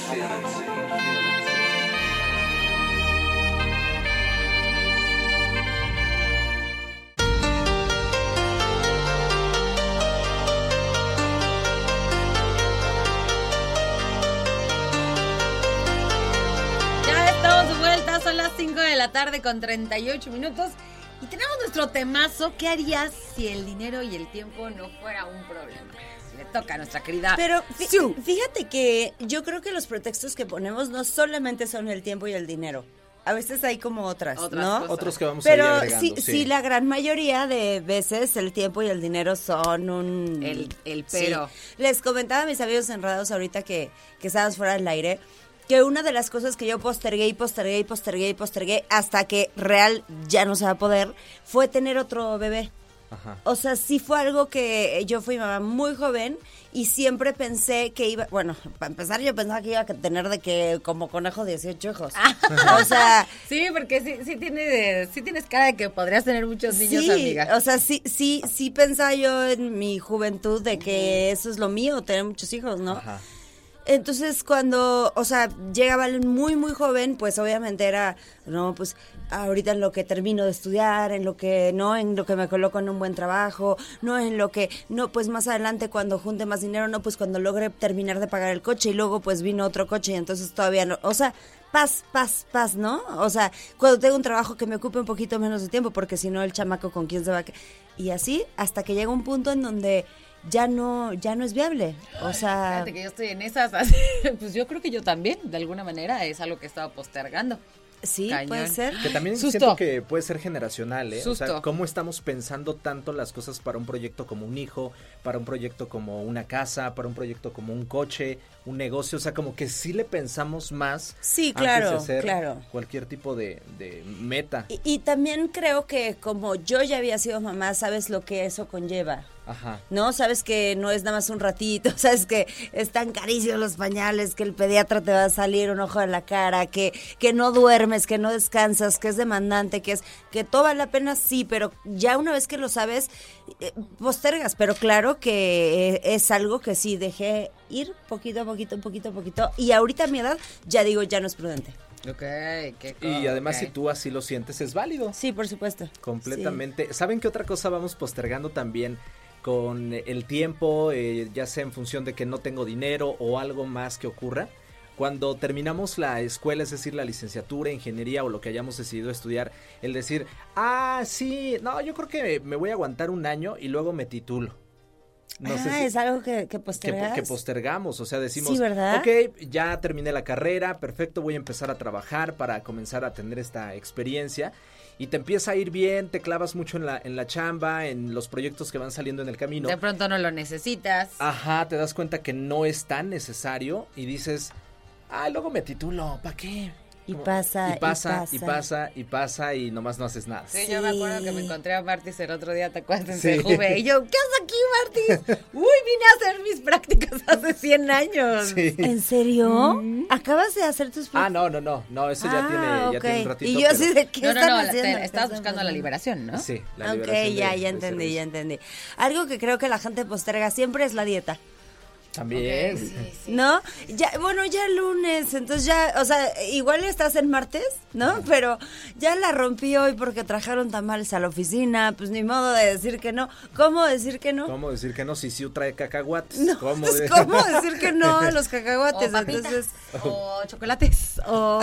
[SPEAKER 3] Ya estamos de vuelta, son las cinco de la tarde con treinta y ocho minutos y tenemos nuestro temazo. ¿Qué harías si el dinero y el tiempo no fuera un problema? Le toca a nuestra querida
[SPEAKER 5] Pero fí-
[SPEAKER 3] Siu.
[SPEAKER 5] fíjate que yo creo que los pretextos que ponemos no solamente son el tiempo y el dinero. A veces hay como otras,
[SPEAKER 3] Otras
[SPEAKER 5] ¿no?
[SPEAKER 3] cosas.
[SPEAKER 4] Otros que vamos a ir
[SPEAKER 5] Pero
[SPEAKER 4] agregando.
[SPEAKER 5] sí, sí, la gran mayoría de veces el tiempo y el dinero son un...
[SPEAKER 3] El- el
[SPEAKER 5] Sí.
[SPEAKER 3] pero.
[SPEAKER 5] Les comentaba a mis amigos enredados ahorita que, que estábamos fuera del aire, que una de las cosas que yo postergué y postergué y postergué y postergué hasta que real ya no se va a poder, fue tener otro bebé.
[SPEAKER 4] Ajá.
[SPEAKER 5] O sea, sí fue algo que yo fui mamá muy joven y siempre pensé que iba, bueno, para empezar yo pensaba que iba a tener de que como conejo dieciocho hijos. O sea,
[SPEAKER 3] Sí, porque sí, sí, tiene, sí tienes cara de que podrías tener muchos niños,
[SPEAKER 5] sí,
[SPEAKER 3] amiga.
[SPEAKER 5] o sea, sí, sí, sí pensaba yo en mi juventud de que eso es lo mío, tener muchos hijos, ¿no?
[SPEAKER 4] Ajá.
[SPEAKER 5] Entonces cuando, o sea, llega Valen muy, muy joven, pues obviamente era, no, pues ahorita en lo que termino de estudiar, en lo que, no, en lo que me coloco en un buen trabajo, no, en lo que, no, pues más adelante cuando junte más dinero, no, pues cuando logre terminar de pagar el coche y luego pues vino otro coche y entonces todavía no, o sea, paz, paz, paz, ¿no? O sea, cuando tengo un trabajo que me ocupe un poquito menos de tiempo, porque si no el chamaco con quién se va a... que- Y así hasta que llega un punto en donde ya no, ya no es viable, o sea...
[SPEAKER 3] Fíjate que yo estoy en esas, así, pues yo creo que yo también, de alguna manera, es algo que he estado postergando.
[SPEAKER 5] Sí,
[SPEAKER 3] Cañón.
[SPEAKER 5] puede ser.
[SPEAKER 4] Que también
[SPEAKER 3] Susto.
[SPEAKER 4] siento que puede ser generacional, ¿eh? O sea,
[SPEAKER 3] Susto.
[SPEAKER 4] cómo estamos pensando tanto las cosas para un proyecto como un hijo, para un proyecto como una casa, para un proyecto como un coche, un negocio, o sea, como que sí le pensamos más
[SPEAKER 5] Sí,
[SPEAKER 4] antes
[SPEAKER 5] claro,
[SPEAKER 4] de hacer
[SPEAKER 5] claro.
[SPEAKER 4] cualquier tipo de, de meta.
[SPEAKER 5] Y, y también creo que como yo ya había sido mamá, sabes lo que eso conlleva.
[SPEAKER 4] Ajá.
[SPEAKER 5] No, sabes que no es nada más un ratito, sabes que están carísimos los pañales, que el pediatra te va a salir un ojo de la cara, que, que no duermes, que no descansas, que es demandante, que es que todo vale la pena, sí, pero ya una vez que lo sabes, eh, postergas, pero claro que eh, es algo que sí dejé ir poquito a poquito, poquito a poquito, y ahorita a mi edad ya digo, ya no es prudente.
[SPEAKER 3] Ok, qué co-
[SPEAKER 4] Y además
[SPEAKER 3] ok.
[SPEAKER 4] si tú así lo sientes es válido.
[SPEAKER 5] Sí, por supuesto.
[SPEAKER 4] Completamente. ¿Saben qué otra cosa vamos postergando también con el tiempo, eh, ya sea en función de que no tengo dinero o algo más que ocurra? Cuando terminamos la escuela, es decir, la licenciatura, ingeniería o lo que hayamos decidido estudiar, el decir, ah, sí, no, yo creo que me voy a aguantar un año y luego me titulo. No
[SPEAKER 5] ah,
[SPEAKER 4] sé si-
[SPEAKER 5] es algo que, que
[SPEAKER 4] que,
[SPEAKER 5] postergas.
[SPEAKER 4] que postergamos, o sea, decimos,
[SPEAKER 5] Sí, ¿verdad?
[SPEAKER 4] ok, ya terminé la carrera, perfecto, voy a empezar a trabajar para comenzar a tener esta experiencia y te empieza a ir bien, te clavas mucho en la, en la chamba, en los proyectos que van saliendo en el camino.
[SPEAKER 3] De pronto no lo necesitas.
[SPEAKER 4] Ajá, te das cuenta que no es tan necesario y dices, ah, luego me titulo, ¿para qué?
[SPEAKER 5] Y pasa,
[SPEAKER 4] y pasa,
[SPEAKER 5] y
[SPEAKER 4] y
[SPEAKER 5] pasa.
[SPEAKER 4] pasa, y pasa, y nomás no haces nada.
[SPEAKER 3] Sí,
[SPEAKER 5] Sí.
[SPEAKER 3] yo me acuerdo que me encontré a Martis el otro día, ¿te acuerdas? En
[SPEAKER 4] Sí.
[SPEAKER 3] Sejuve. Y yo, ¿qué haces aquí, Martis? Uy, vine a hacer mis prácticas hace cien años.
[SPEAKER 4] Sí.
[SPEAKER 5] ¿En serio? ¿Acabas de hacer tus
[SPEAKER 4] Ah, no, no, no, no, eso ya
[SPEAKER 5] Ah,
[SPEAKER 4] tiene, ya
[SPEAKER 5] ok.
[SPEAKER 4] tiene un ratito.
[SPEAKER 5] Y yo
[SPEAKER 4] pero-
[SPEAKER 5] así de qué
[SPEAKER 3] No, no,
[SPEAKER 5] están
[SPEAKER 3] no, la-
[SPEAKER 5] haciendo.
[SPEAKER 3] te-
[SPEAKER 5] ¿Qué
[SPEAKER 3] estabas
[SPEAKER 5] están
[SPEAKER 3] buscando la
[SPEAKER 5] haciendo?
[SPEAKER 3] liberación, ¿no?
[SPEAKER 4] Sí, la
[SPEAKER 5] Ok,
[SPEAKER 4] liberación
[SPEAKER 5] ya,
[SPEAKER 4] de-
[SPEAKER 5] ya
[SPEAKER 4] de
[SPEAKER 5] entendí, ya
[SPEAKER 4] cerveza.
[SPEAKER 5] entendí. Algo que creo que la gente posterga siempre es la dieta.
[SPEAKER 4] También.
[SPEAKER 3] Ok, sí, sí.
[SPEAKER 5] ¿No? Ya, bueno, ya lunes, entonces ya, o sea, igual estás en martes, ¿no? Pero ya la rompí hoy porque trajeron tamales a la oficina, pues ni modo de decir que no. ¿Cómo decir que no?
[SPEAKER 4] ¿Cómo decir que no? Si Siu trae cacahuates.
[SPEAKER 5] No,
[SPEAKER 4] ¿Cómo,
[SPEAKER 5] pues,
[SPEAKER 4] de-
[SPEAKER 5] ¿cómo decir que no a los
[SPEAKER 3] O
[SPEAKER 5] cacahuates?
[SPEAKER 3] papitas,
[SPEAKER 5] Entonces,
[SPEAKER 3] o chocolates, o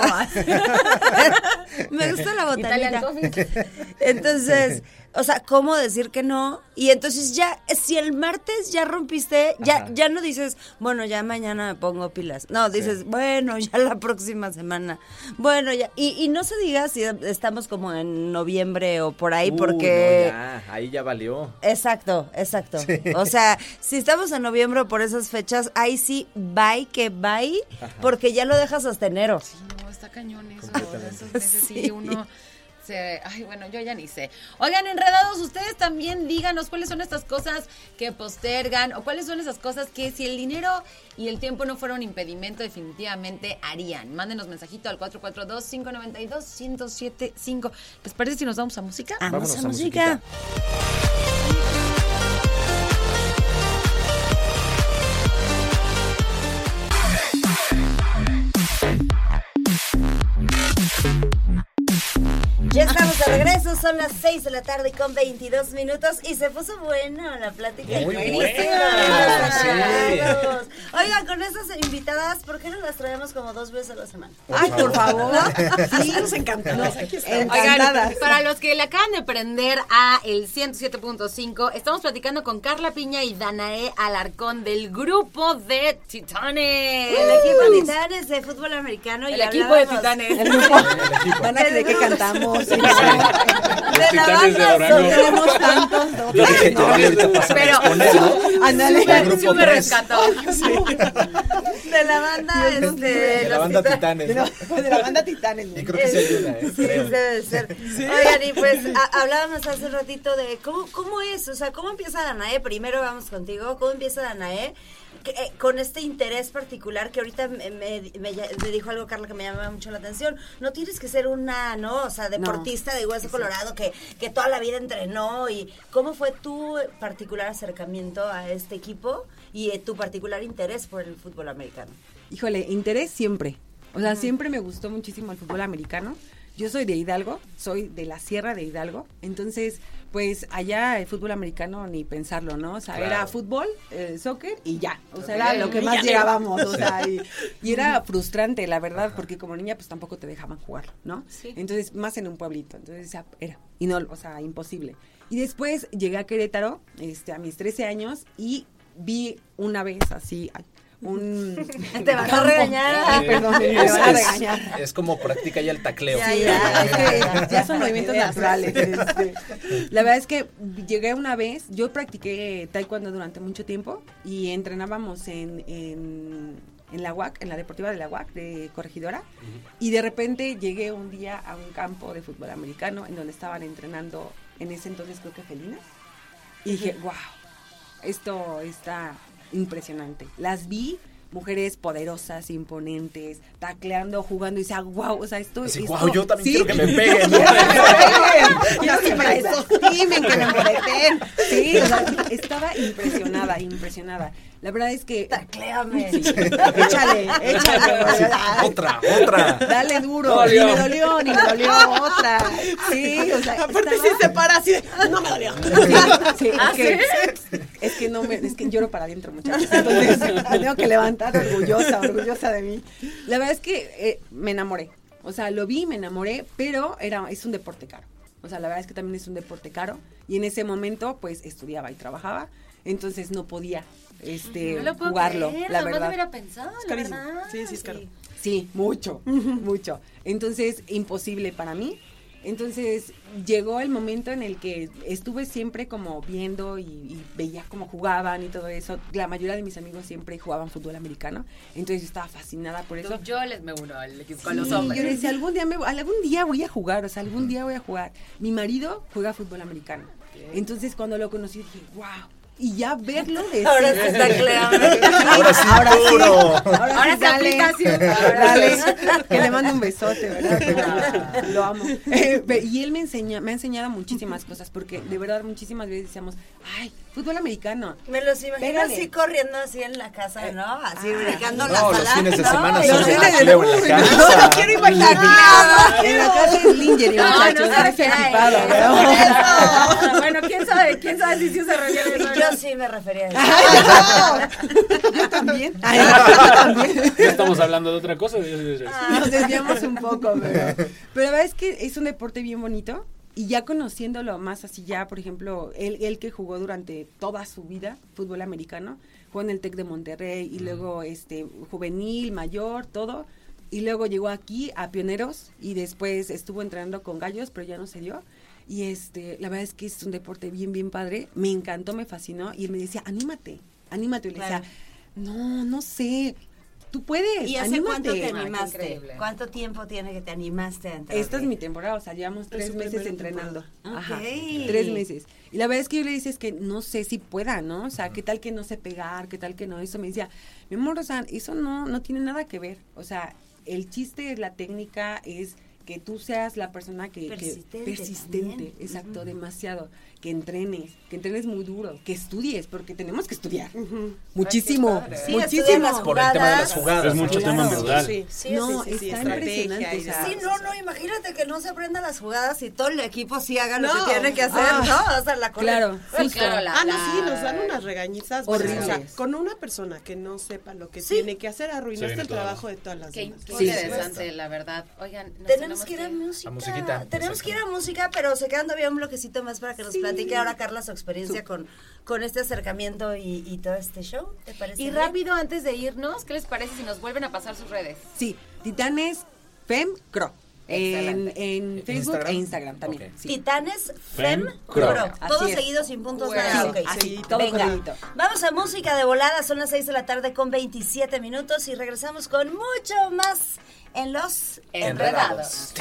[SPEAKER 5] me gusta la
[SPEAKER 3] Italian
[SPEAKER 5] botanita.
[SPEAKER 3] coffee.
[SPEAKER 5] Entonces, o sea, ¿cómo decir que no? Y entonces ya, si el martes ya rompiste, ya,
[SPEAKER 4] Ajá.
[SPEAKER 5] ya no dices, bueno, ya mañana me pongo pilas. No, dices,
[SPEAKER 4] Sí.
[SPEAKER 5] bueno, ya la próxima semana. Bueno, ya. Y, y no se diga si estamos como en noviembre o por ahí,
[SPEAKER 4] Uy,
[SPEAKER 5] porque...
[SPEAKER 4] no, ya, ahí ya valió.
[SPEAKER 5] Exacto, exacto. O sea, si estamos en noviembre o por esas fechas, ahí sí, bye que bye, porque ya lo dejas hasta enero.
[SPEAKER 3] Sí, no, está cañón eso.
[SPEAKER 4] Completamente.
[SPEAKER 3] Esos meses sí,
[SPEAKER 5] Sí.
[SPEAKER 3] uno se... Ay, bueno, yo ya ni sé. Oigan, enredados, ustedes también díganos cuáles son estas cosas que postergan o cuáles son esas cosas que si el dinero y el tiempo no fuera un impedimento, definitivamente harían. Mándenos mensajito al cuatro cuatro dos, cinco nueve dos, uno cero siete cinco. ¿Les parece si nos vamos a música?
[SPEAKER 5] Vamos
[SPEAKER 4] Vámonos
[SPEAKER 5] a
[SPEAKER 4] a
[SPEAKER 5] música. Ya estamos de regreso, son las seis de la tarde con veintidós minutos y se puso buena la plática.
[SPEAKER 4] Muy
[SPEAKER 5] Buenísima.
[SPEAKER 4] buena, sí.
[SPEAKER 5] Vamos. Oigan, con estas invitadas, ¿por qué no las traemos como dos veces a la semana?
[SPEAKER 6] Ay, por favor. Sí, nos encantamos. Aquí estamos.
[SPEAKER 3] Oigan, para los que le acaban de prender a el ciento siete punto cinco, estamos platicando con Carla Piña y Danae Alarcón del grupo de Titanes.
[SPEAKER 5] El equipo de Titanes de fútbol americano. y
[SPEAKER 3] El equipo de
[SPEAKER 5] hablábamos
[SPEAKER 3] Titanes.
[SPEAKER 6] El grupo. Van a creer que cantamos.
[SPEAKER 5] De
[SPEAKER 6] Sí,
[SPEAKER 5] la
[SPEAKER 7] Titanes de
[SPEAKER 5] banda
[SPEAKER 7] Durango.
[SPEAKER 5] Sol-
[SPEAKER 6] tenemos tantos.
[SPEAKER 4] Yo dije, ya ahorita pasan a
[SPEAKER 3] Pero-
[SPEAKER 4] exponer, ¿no?
[SPEAKER 6] Ándale.
[SPEAKER 3] Súper,
[SPEAKER 4] grupo
[SPEAKER 3] súper
[SPEAKER 4] tres.
[SPEAKER 3] rescató.
[SPEAKER 5] de la banda este,
[SPEAKER 4] De la
[SPEAKER 5] los
[SPEAKER 4] banda
[SPEAKER 5] Titanes.
[SPEAKER 4] Titanes.
[SPEAKER 6] De, la, de la banda Titanes.
[SPEAKER 4] Y creo que sí hay una, ¿eh?
[SPEAKER 5] Sí,
[SPEAKER 4] Creo.
[SPEAKER 5] debe de ser. Oigan, y pues a- hablábamos hace un ratito de cómo, cómo es, o sea, cómo empieza Danae. Primero vamos contigo, ¿cómo empieza Danae? Que, eh, con este interés particular que ahorita me, me- me- me dijo algo Carla que me llama mucho la atención. No tienes que ser una, ¿no? O sea, deportista de hueso colorado que, que toda la vida entrenó. Y ¿cómo fue tu particular acercamiento a este equipo y eh, tu particular interés por el fútbol americano?
[SPEAKER 6] Híjole, interés siempre. O sea, siempre me gustó muchísimo el fútbol americano. Yo soy de Hidalgo, soy de la Sierra de Hidalgo. Entonces, pues allá el fútbol americano ni pensarlo, ¿no? O sea,
[SPEAKER 4] Claro.
[SPEAKER 6] era fútbol, eh, soccer y ya. O sea, era
[SPEAKER 3] Ok.
[SPEAKER 6] lo que
[SPEAKER 3] Y
[SPEAKER 6] más
[SPEAKER 3] ya.
[SPEAKER 6] llegábamos. O sea, y, y era frustrante, la verdad, porque como niña pues tampoco te dejaban jugar, ¿no?
[SPEAKER 3] Sí.
[SPEAKER 6] Entonces, más en un pueblito. Entonces, ya era. Y no, o sea, imposible. Y después llegué a Querétaro, este, a mis trece años y vi una vez así ay, un
[SPEAKER 5] Te van a
[SPEAKER 6] campo.
[SPEAKER 5] regañar.
[SPEAKER 6] Ay, perdón, me
[SPEAKER 4] Es,
[SPEAKER 6] van a
[SPEAKER 4] es-
[SPEAKER 6] regañar.
[SPEAKER 4] es como practica ya el tacleo.
[SPEAKER 5] Ya,
[SPEAKER 6] Sí,
[SPEAKER 5] ya,
[SPEAKER 6] es que ya son movimientos naturales. este. La verdad es que llegué una vez, yo practiqué taekwondo durante mucho tiempo y entrenábamos en, en, en la U A C, en la deportiva de la U A C, de Corregidora, y de repente llegué un día a un campo de fútbol americano en donde estaban entrenando, en ese entonces creo que felinas, y dije, wow, esto está impresionante. Las vi, mujeres poderosas, imponentes, tacleando, jugando, y decía, wow, o sea, esto
[SPEAKER 4] Así,
[SPEAKER 6] esto-
[SPEAKER 4] guau, yo también
[SPEAKER 6] sí.
[SPEAKER 4] quiero que me peguen, ¿no?
[SPEAKER 6] Yo sí para eso, timen que me moleten. Sí, o sea, estaba impresionada, impresionada. La verdad es que...
[SPEAKER 5] Tacléame.
[SPEAKER 6] Sí. Échale, échale. Ay,
[SPEAKER 4] Otra, otra.
[SPEAKER 6] Dale duro.
[SPEAKER 7] No dolió.
[SPEAKER 6] Ni me dolió, ni me dolió otra. Sí, o sea,
[SPEAKER 7] Aparte
[SPEAKER 6] estaba-
[SPEAKER 7] sí se para así de, no me dolió.
[SPEAKER 6] Sí, sí, es, que, es que no me, es que lloro para adentro, muchachos. Entonces me tengo que levantar orgullosa, orgullosa de mí. La verdad es que eh, me enamoré. O sea, lo vi, me enamoré, pero era, es un deporte caro. O sea, la verdad es que también es un deporte caro. Y en ese momento, pues, estudiaba y trabajaba. Entonces no podía este
[SPEAKER 3] No lo puedo
[SPEAKER 6] jugarlo,
[SPEAKER 3] creer,
[SPEAKER 6] la
[SPEAKER 3] jamás
[SPEAKER 6] verdad.
[SPEAKER 3] lo hubiera pensado,
[SPEAKER 7] Es
[SPEAKER 3] la
[SPEAKER 7] carísimo.
[SPEAKER 3] verdad.
[SPEAKER 7] Sí, sí, es caro.
[SPEAKER 6] Sí, mucho, mucho. Entonces, imposible para mí. Entonces llegó el momento en el que estuve siempre como viendo y, y veía cómo jugaban y todo eso. La mayoría de mis amigos siempre jugaban fútbol americano, entonces yo estaba fascinada por eso.
[SPEAKER 3] Yo les me uno al equipo
[SPEAKER 6] Sí,
[SPEAKER 3] con los hombres.
[SPEAKER 6] yo decía, algún día, me, algún día voy a jugar, o sea, algún día voy a jugar. Mi marido juega fútbol americano, entonces cuando lo conocí dije, wow. Y ya verlo de
[SPEAKER 5] Ahora sí está claro.
[SPEAKER 4] Ahora sí,
[SPEAKER 6] ahora sí,
[SPEAKER 4] puro.
[SPEAKER 6] ahora,
[SPEAKER 3] Ahora
[SPEAKER 6] sí,
[SPEAKER 3] sí
[SPEAKER 6] dale,
[SPEAKER 3] aplicación.
[SPEAKER 6] dale, que le mando un besote, ¿verdad? Pero lo amo. Eh, pe- y él me enseña, me ha enseñado muchísimas cosas, porque de verdad muchísimas veces decíamos, ay, fútbol americano.
[SPEAKER 5] Me los imagino
[SPEAKER 6] Pégale.
[SPEAKER 5] así corriendo así en la casa, ¿no? Así brincando en la
[SPEAKER 4] No,
[SPEAKER 5] sala.
[SPEAKER 4] los fines de
[SPEAKER 5] ¿no?
[SPEAKER 4] semana
[SPEAKER 5] Y
[SPEAKER 4] son
[SPEAKER 5] así
[SPEAKER 4] de
[SPEAKER 5] de-
[SPEAKER 4] tacleo en la
[SPEAKER 6] No,
[SPEAKER 4] casa.
[SPEAKER 6] no quiero imaginar. En la casa es lingerie,
[SPEAKER 3] No,
[SPEAKER 6] muchachos,
[SPEAKER 3] no se
[SPEAKER 6] es
[SPEAKER 3] refiere a
[SPEAKER 6] equipado,
[SPEAKER 3] eso,
[SPEAKER 6] ¿verdad?
[SPEAKER 3] por eso. Bueno, quién sabe, quién sabe si sí se refiere a eso.
[SPEAKER 5] Yo sí me refería a eso.
[SPEAKER 6] Yo también. Ay, yo también.
[SPEAKER 8] Ya estamos hablando de otra cosa.
[SPEAKER 6] Nos desviamos un poco, pero, pero la verdad es que es un deporte bien bonito y ya conociéndolo más así ya, por ejemplo, él, él que jugó durante toda su vida fútbol americano, jugó en el TEC de Monterrey y luego este juvenil, mayor, todo, y luego llegó aquí a Pioneros y después estuvo entrenando con Gallos, pero ya no se dio. Y este, la verdad es que es un deporte bien, bien padre, me encantó, me fascinó, y él me decía, anímate, anímate, y le
[SPEAKER 5] Claro.
[SPEAKER 6] decía, no, no sé, tú puedes,
[SPEAKER 5] ¿Y hace
[SPEAKER 6] anímate.
[SPEAKER 5] cuánto te
[SPEAKER 3] Ay, qué
[SPEAKER 5] animaste?
[SPEAKER 3] increíble.
[SPEAKER 5] ¿Cuánto tiempo tiene que te animaste a entrar?
[SPEAKER 6] Esta es mi temporada, o sea, llevamos tres
[SPEAKER 7] su
[SPEAKER 6] meses
[SPEAKER 7] primera
[SPEAKER 6] entrenando.
[SPEAKER 5] temporada.
[SPEAKER 6] Ajá,
[SPEAKER 5] Ok.
[SPEAKER 6] tres meses. Y la verdad es que yo le decía, es que no sé si pueda, ¿no? O sea, ¿qué tal que no sé pegar? ¿Qué tal que no? Eso me decía, mi amor, o sea, eso no, no tiene nada que ver. O sea, el chiste es la técnica, es que tú seas la persona que
[SPEAKER 5] Persistente
[SPEAKER 6] que, persistente,
[SPEAKER 5] también.
[SPEAKER 6] exacto,
[SPEAKER 5] Ujú.
[SPEAKER 6] demasiado, que entrenes, que entrenes muy duro, que estudies, porque tenemos que estudiar. Muchísimo,
[SPEAKER 5] Sí,
[SPEAKER 6] muchísimo.
[SPEAKER 5] estudian las
[SPEAKER 4] Por el tema de las
[SPEAKER 5] jugadas.
[SPEAKER 4] jugadas.
[SPEAKER 8] Es mucho
[SPEAKER 4] Claro.
[SPEAKER 8] tema mental.
[SPEAKER 7] Sí,
[SPEAKER 5] Sí,
[SPEAKER 6] No,
[SPEAKER 5] sí, sí, sí,
[SPEAKER 6] está
[SPEAKER 7] estrategia
[SPEAKER 6] impresionante.
[SPEAKER 7] y
[SPEAKER 6] o sea,
[SPEAKER 5] Sí, no, no, imagínate que no se aprendan las jugadas y todo el equipo sí haga lo
[SPEAKER 7] No.
[SPEAKER 5] que tiene que hacer,
[SPEAKER 6] Ah.
[SPEAKER 5] ¿no? O sea, la corre-
[SPEAKER 6] Claro,
[SPEAKER 3] Pues
[SPEAKER 6] justo.
[SPEAKER 3] claro, la-
[SPEAKER 7] Ah, no,
[SPEAKER 3] la-
[SPEAKER 7] sí, nos dan unas regañizas horribles. O sea,
[SPEAKER 6] Horribles.
[SPEAKER 7] con una persona que no sepa lo que
[SPEAKER 5] Sí.
[SPEAKER 7] tiene que hacer,
[SPEAKER 8] Se
[SPEAKER 7] arruinaste
[SPEAKER 8] viene
[SPEAKER 7] el
[SPEAKER 8] todo.
[SPEAKER 7] trabajo de todas las
[SPEAKER 3] Qué,
[SPEAKER 7] demás.
[SPEAKER 3] qué
[SPEAKER 6] Sí,
[SPEAKER 3] interesante, la verdad. Oigan, nos
[SPEAKER 5] Tenemos que ir a música.
[SPEAKER 4] A musiquita,
[SPEAKER 5] Tenemos
[SPEAKER 4] exacto.
[SPEAKER 5] que ir a música, pero se quedan todavía un bloquecito más para que nos platique ahora Carla su experiencia con, con este acercamiento y, y todo este show. ¿Te parece
[SPEAKER 3] Y
[SPEAKER 5] bien?
[SPEAKER 3] rápido, antes de irnos, ¿qué les parece si nos vuelven a pasar sus redes?
[SPEAKER 6] Sí, Titanes Fem Cro. En,
[SPEAKER 3] Excelente.
[SPEAKER 6] en Facebook
[SPEAKER 4] Instagram?
[SPEAKER 6] e Instagram también.
[SPEAKER 4] Ok.
[SPEAKER 6] Sí.
[SPEAKER 5] Titanes Fem
[SPEAKER 8] Fem
[SPEAKER 5] Cro.
[SPEAKER 8] Cro.
[SPEAKER 5] Todo
[SPEAKER 6] Así es.
[SPEAKER 5] seguido sin puntos
[SPEAKER 3] Bueno,
[SPEAKER 5] nada.
[SPEAKER 6] sí,
[SPEAKER 5] ok.
[SPEAKER 6] así, todo
[SPEAKER 5] Venga.
[SPEAKER 6] corridito.
[SPEAKER 5] Vamos a música de volada. Son las seis de la tarde con veintisiete minutos y regresamos con mucho más en Los Enredados.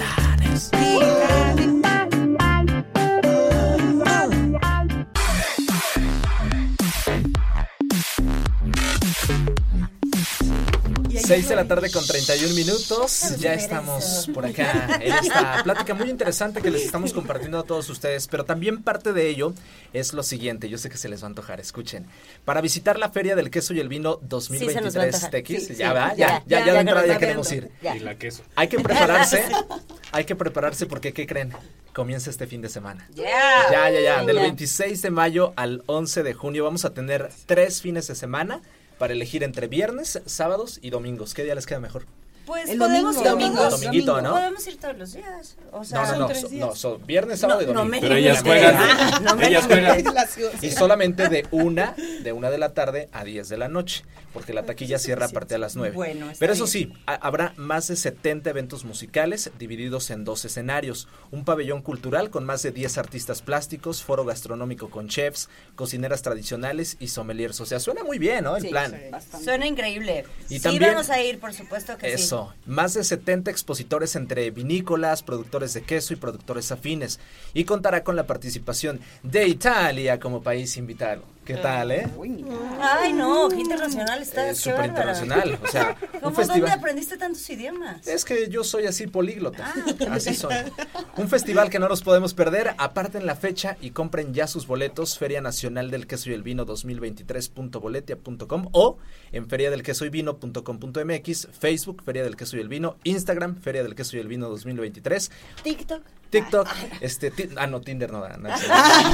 [SPEAKER 4] seis de la tarde con treinta y un minutos, ya estamos por acá en esta plática muy interesante que les estamos compartiendo a todos ustedes, pero también parte de ello es lo siguiente, yo sé que se les va a antojar, escuchen, para visitar la Feria del Queso y el Vino dos mil
[SPEAKER 5] Sí, se nos va a
[SPEAKER 4] veintitrés
[SPEAKER 5] antojar.
[SPEAKER 4] Tequis,
[SPEAKER 5] Sí,
[SPEAKER 4] ya
[SPEAKER 5] sí,
[SPEAKER 4] va,
[SPEAKER 5] ya,
[SPEAKER 4] ya, ya, ya,
[SPEAKER 5] ya,
[SPEAKER 4] de
[SPEAKER 5] ya
[SPEAKER 4] entrada
[SPEAKER 5] nos
[SPEAKER 4] ya
[SPEAKER 5] va
[SPEAKER 4] queremos
[SPEAKER 5] viendo.
[SPEAKER 4] ir.
[SPEAKER 5] Ya.
[SPEAKER 8] Y la queso.
[SPEAKER 4] Hay que prepararse, hay que prepararse porque, ¿qué creen? Comienza este fin de semana.
[SPEAKER 5] Ya.
[SPEAKER 4] Ya, ya, ya, del
[SPEAKER 5] Ya.
[SPEAKER 4] veintiséis de mayo al once de junio vamos a tener tres fines de semana para elegir entre viernes, sábados y domingos. ¿Qué día les queda mejor?
[SPEAKER 5] Pues
[SPEAKER 6] El
[SPEAKER 5] podemos
[SPEAKER 6] domingo.
[SPEAKER 5] ir todos.
[SPEAKER 4] Dominguito, ¿no?
[SPEAKER 5] Podemos ir todos los días. O sea,
[SPEAKER 4] No, no, no,
[SPEAKER 7] tres
[SPEAKER 4] so-
[SPEAKER 7] días.
[SPEAKER 4] no, so- viernes, sábado y
[SPEAKER 5] No, no
[SPEAKER 4] domingo.
[SPEAKER 5] me
[SPEAKER 8] Pero ellas
[SPEAKER 5] limites.
[SPEAKER 8] juegan.
[SPEAKER 5] No me
[SPEAKER 8] Ellas
[SPEAKER 5] limites.
[SPEAKER 8] juegan.
[SPEAKER 7] La ciudad.
[SPEAKER 4] Y solamente de una, de una de la tarde a diez de la noche, porque la taquilla cierra a partir de las nueve.
[SPEAKER 5] Bueno, está
[SPEAKER 4] Pero eso
[SPEAKER 5] bien.
[SPEAKER 4] sí, ha- habrá más de setenta eventos musicales divididos en dos escenarios, un pabellón cultural con más de diez artistas plásticos, foro gastronómico con chefs, cocineras tradicionales y sommeliers. O sea, suena muy bien, ¿no? El
[SPEAKER 6] Sí,
[SPEAKER 4] plan.
[SPEAKER 6] sí, bastante.
[SPEAKER 5] Suena increíble.
[SPEAKER 4] Y
[SPEAKER 5] sí,
[SPEAKER 4] también-
[SPEAKER 5] vamos a ir, por supuesto que
[SPEAKER 4] Eso, más de setenta expositores entre vinícolas, productores de queso y productores afines. Y contará con la participación de Italia como país invitado. ¿Qué tal, eh?
[SPEAKER 5] sí. Ay, no, qué internacional estás.
[SPEAKER 4] Es
[SPEAKER 5] qué
[SPEAKER 4] súper
[SPEAKER 5] bárbara.
[SPEAKER 4] internacional, o sea,
[SPEAKER 5] ¿Cómo,
[SPEAKER 4] un
[SPEAKER 5] dónde
[SPEAKER 4] festival.
[SPEAKER 5] aprendiste tantos idiomas?
[SPEAKER 4] Es que yo soy así políglota, así soy. Un festival que no nos podemos perder, aparten la fecha y compren ya sus boletos, Feria Nacional del Queso y el Vino dos mil veintitrés punto boletia punto com o en feria del queso y vino punto com punto m x, Facebook, Feria del Queso y el Vino, Instagram, Feria del Queso y el Vino dos mil veintitrés,
[SPEAKER 5] TikTok.
[SPEAKER 4] TikTok, este, ti- ah, no, Tinder no da, no, no,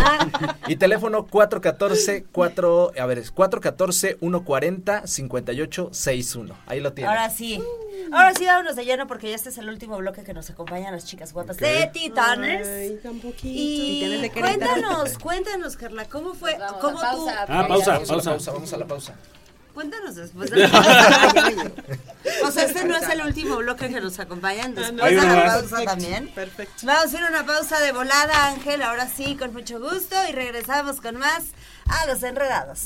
[SPEAKER 4] y teléfono cuatro uno cuatro, cuatro, a ver, es cuatro uno cuatro, uno cuatro cero, cinco ocho seis uno, ahí lo tienen.
[SPEAKER 5] Ahora sí. Ahora sí, vámonos de lleno porque ya este es el último bloque que nos acompañan las chicas guapas
[SPEAKER 4] Ok.
[SPEAKER 5] de Titanes.
[SPEAKER 7] Ay, tan poquito.
[SPEAKER 5] Y
[SPEAKER 6] Titanes de Querétaro.
[SPEAKER 5] cuéntanos, cuéntanos, Carla, ¿cómo fue?
[SPEAKER 3] Pues vamos,
[SPEAKER 5] ¿Cómo
[SPEAKER 3] a
[SPEAKER 5] tú?
[SPEAKER 3] pausa.
[SPEAKER 8] Ah, pausa,
[SPEAKER 4] Vamos a la
[SPEAKER 8] pausa.
[SPEAKER 4] pausa, vamos a la pausa.
[SPEAKER 5] Cuéntanos después de la O sea, este no es el último bloque que nos acompañan. Después
[SPEAKER 8] Hay
[SPEAKER 5] de
[SPEAKER 8] uno
[SPEAKER 5] la
[SPEAKER 8] más.
[SPEAKER 5] pausa también.
[SPEAKER 7] Perfecto.
[SPEAKER 5] Vamos a hacer una pausa de volada, Ángel. Ahora sí, con mucho gusto. Y regresamos con más a Los Enredados.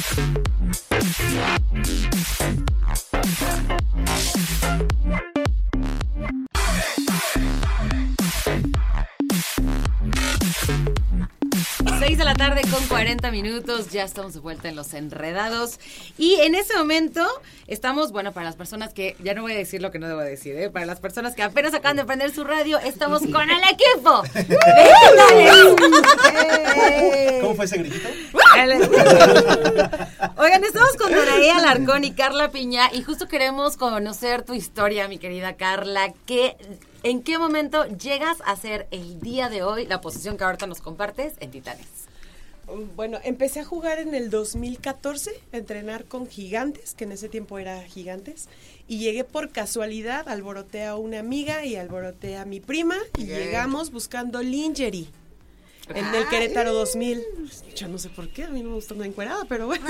[SPEAKER 3] seis de la tarde con cuarenta minutos, ya estamos de vuelta en Los Enredados y en ese momento estamos, bueno, para las personas que, ya no voy a decir lo que no debo decir, ¿eh? Para las personas que apenas acaban de prender su radio, estamos con el equipo.
[SPEAKER 8] ¿Cómo fue ese gritito?
[SPEAKER 3] Oigan, estamos con Doraí Alarcón y Carla Piña y justo queremos conocer tu historia, mi querida Carla, que... ¿En qué momento llegas a ser el día de hoy la posición que ahorita nos compartes en Titanes?
[SPEAKER 7] Bueno, empecé a jugar en el dos mil catorce, a entrenar con Gigantes, que en ese tiempo era Gigantes, y llegué por casualidad, alboroté a una amiga y alboroté a mi prima, y
[SPEAKER 3] Okay.
[SPEAKER 7] llegamos buscando lingerie. En el Querétaro dos mil. Yo no sé por qué, a mí no me gusta andar encuerada, pero bueno.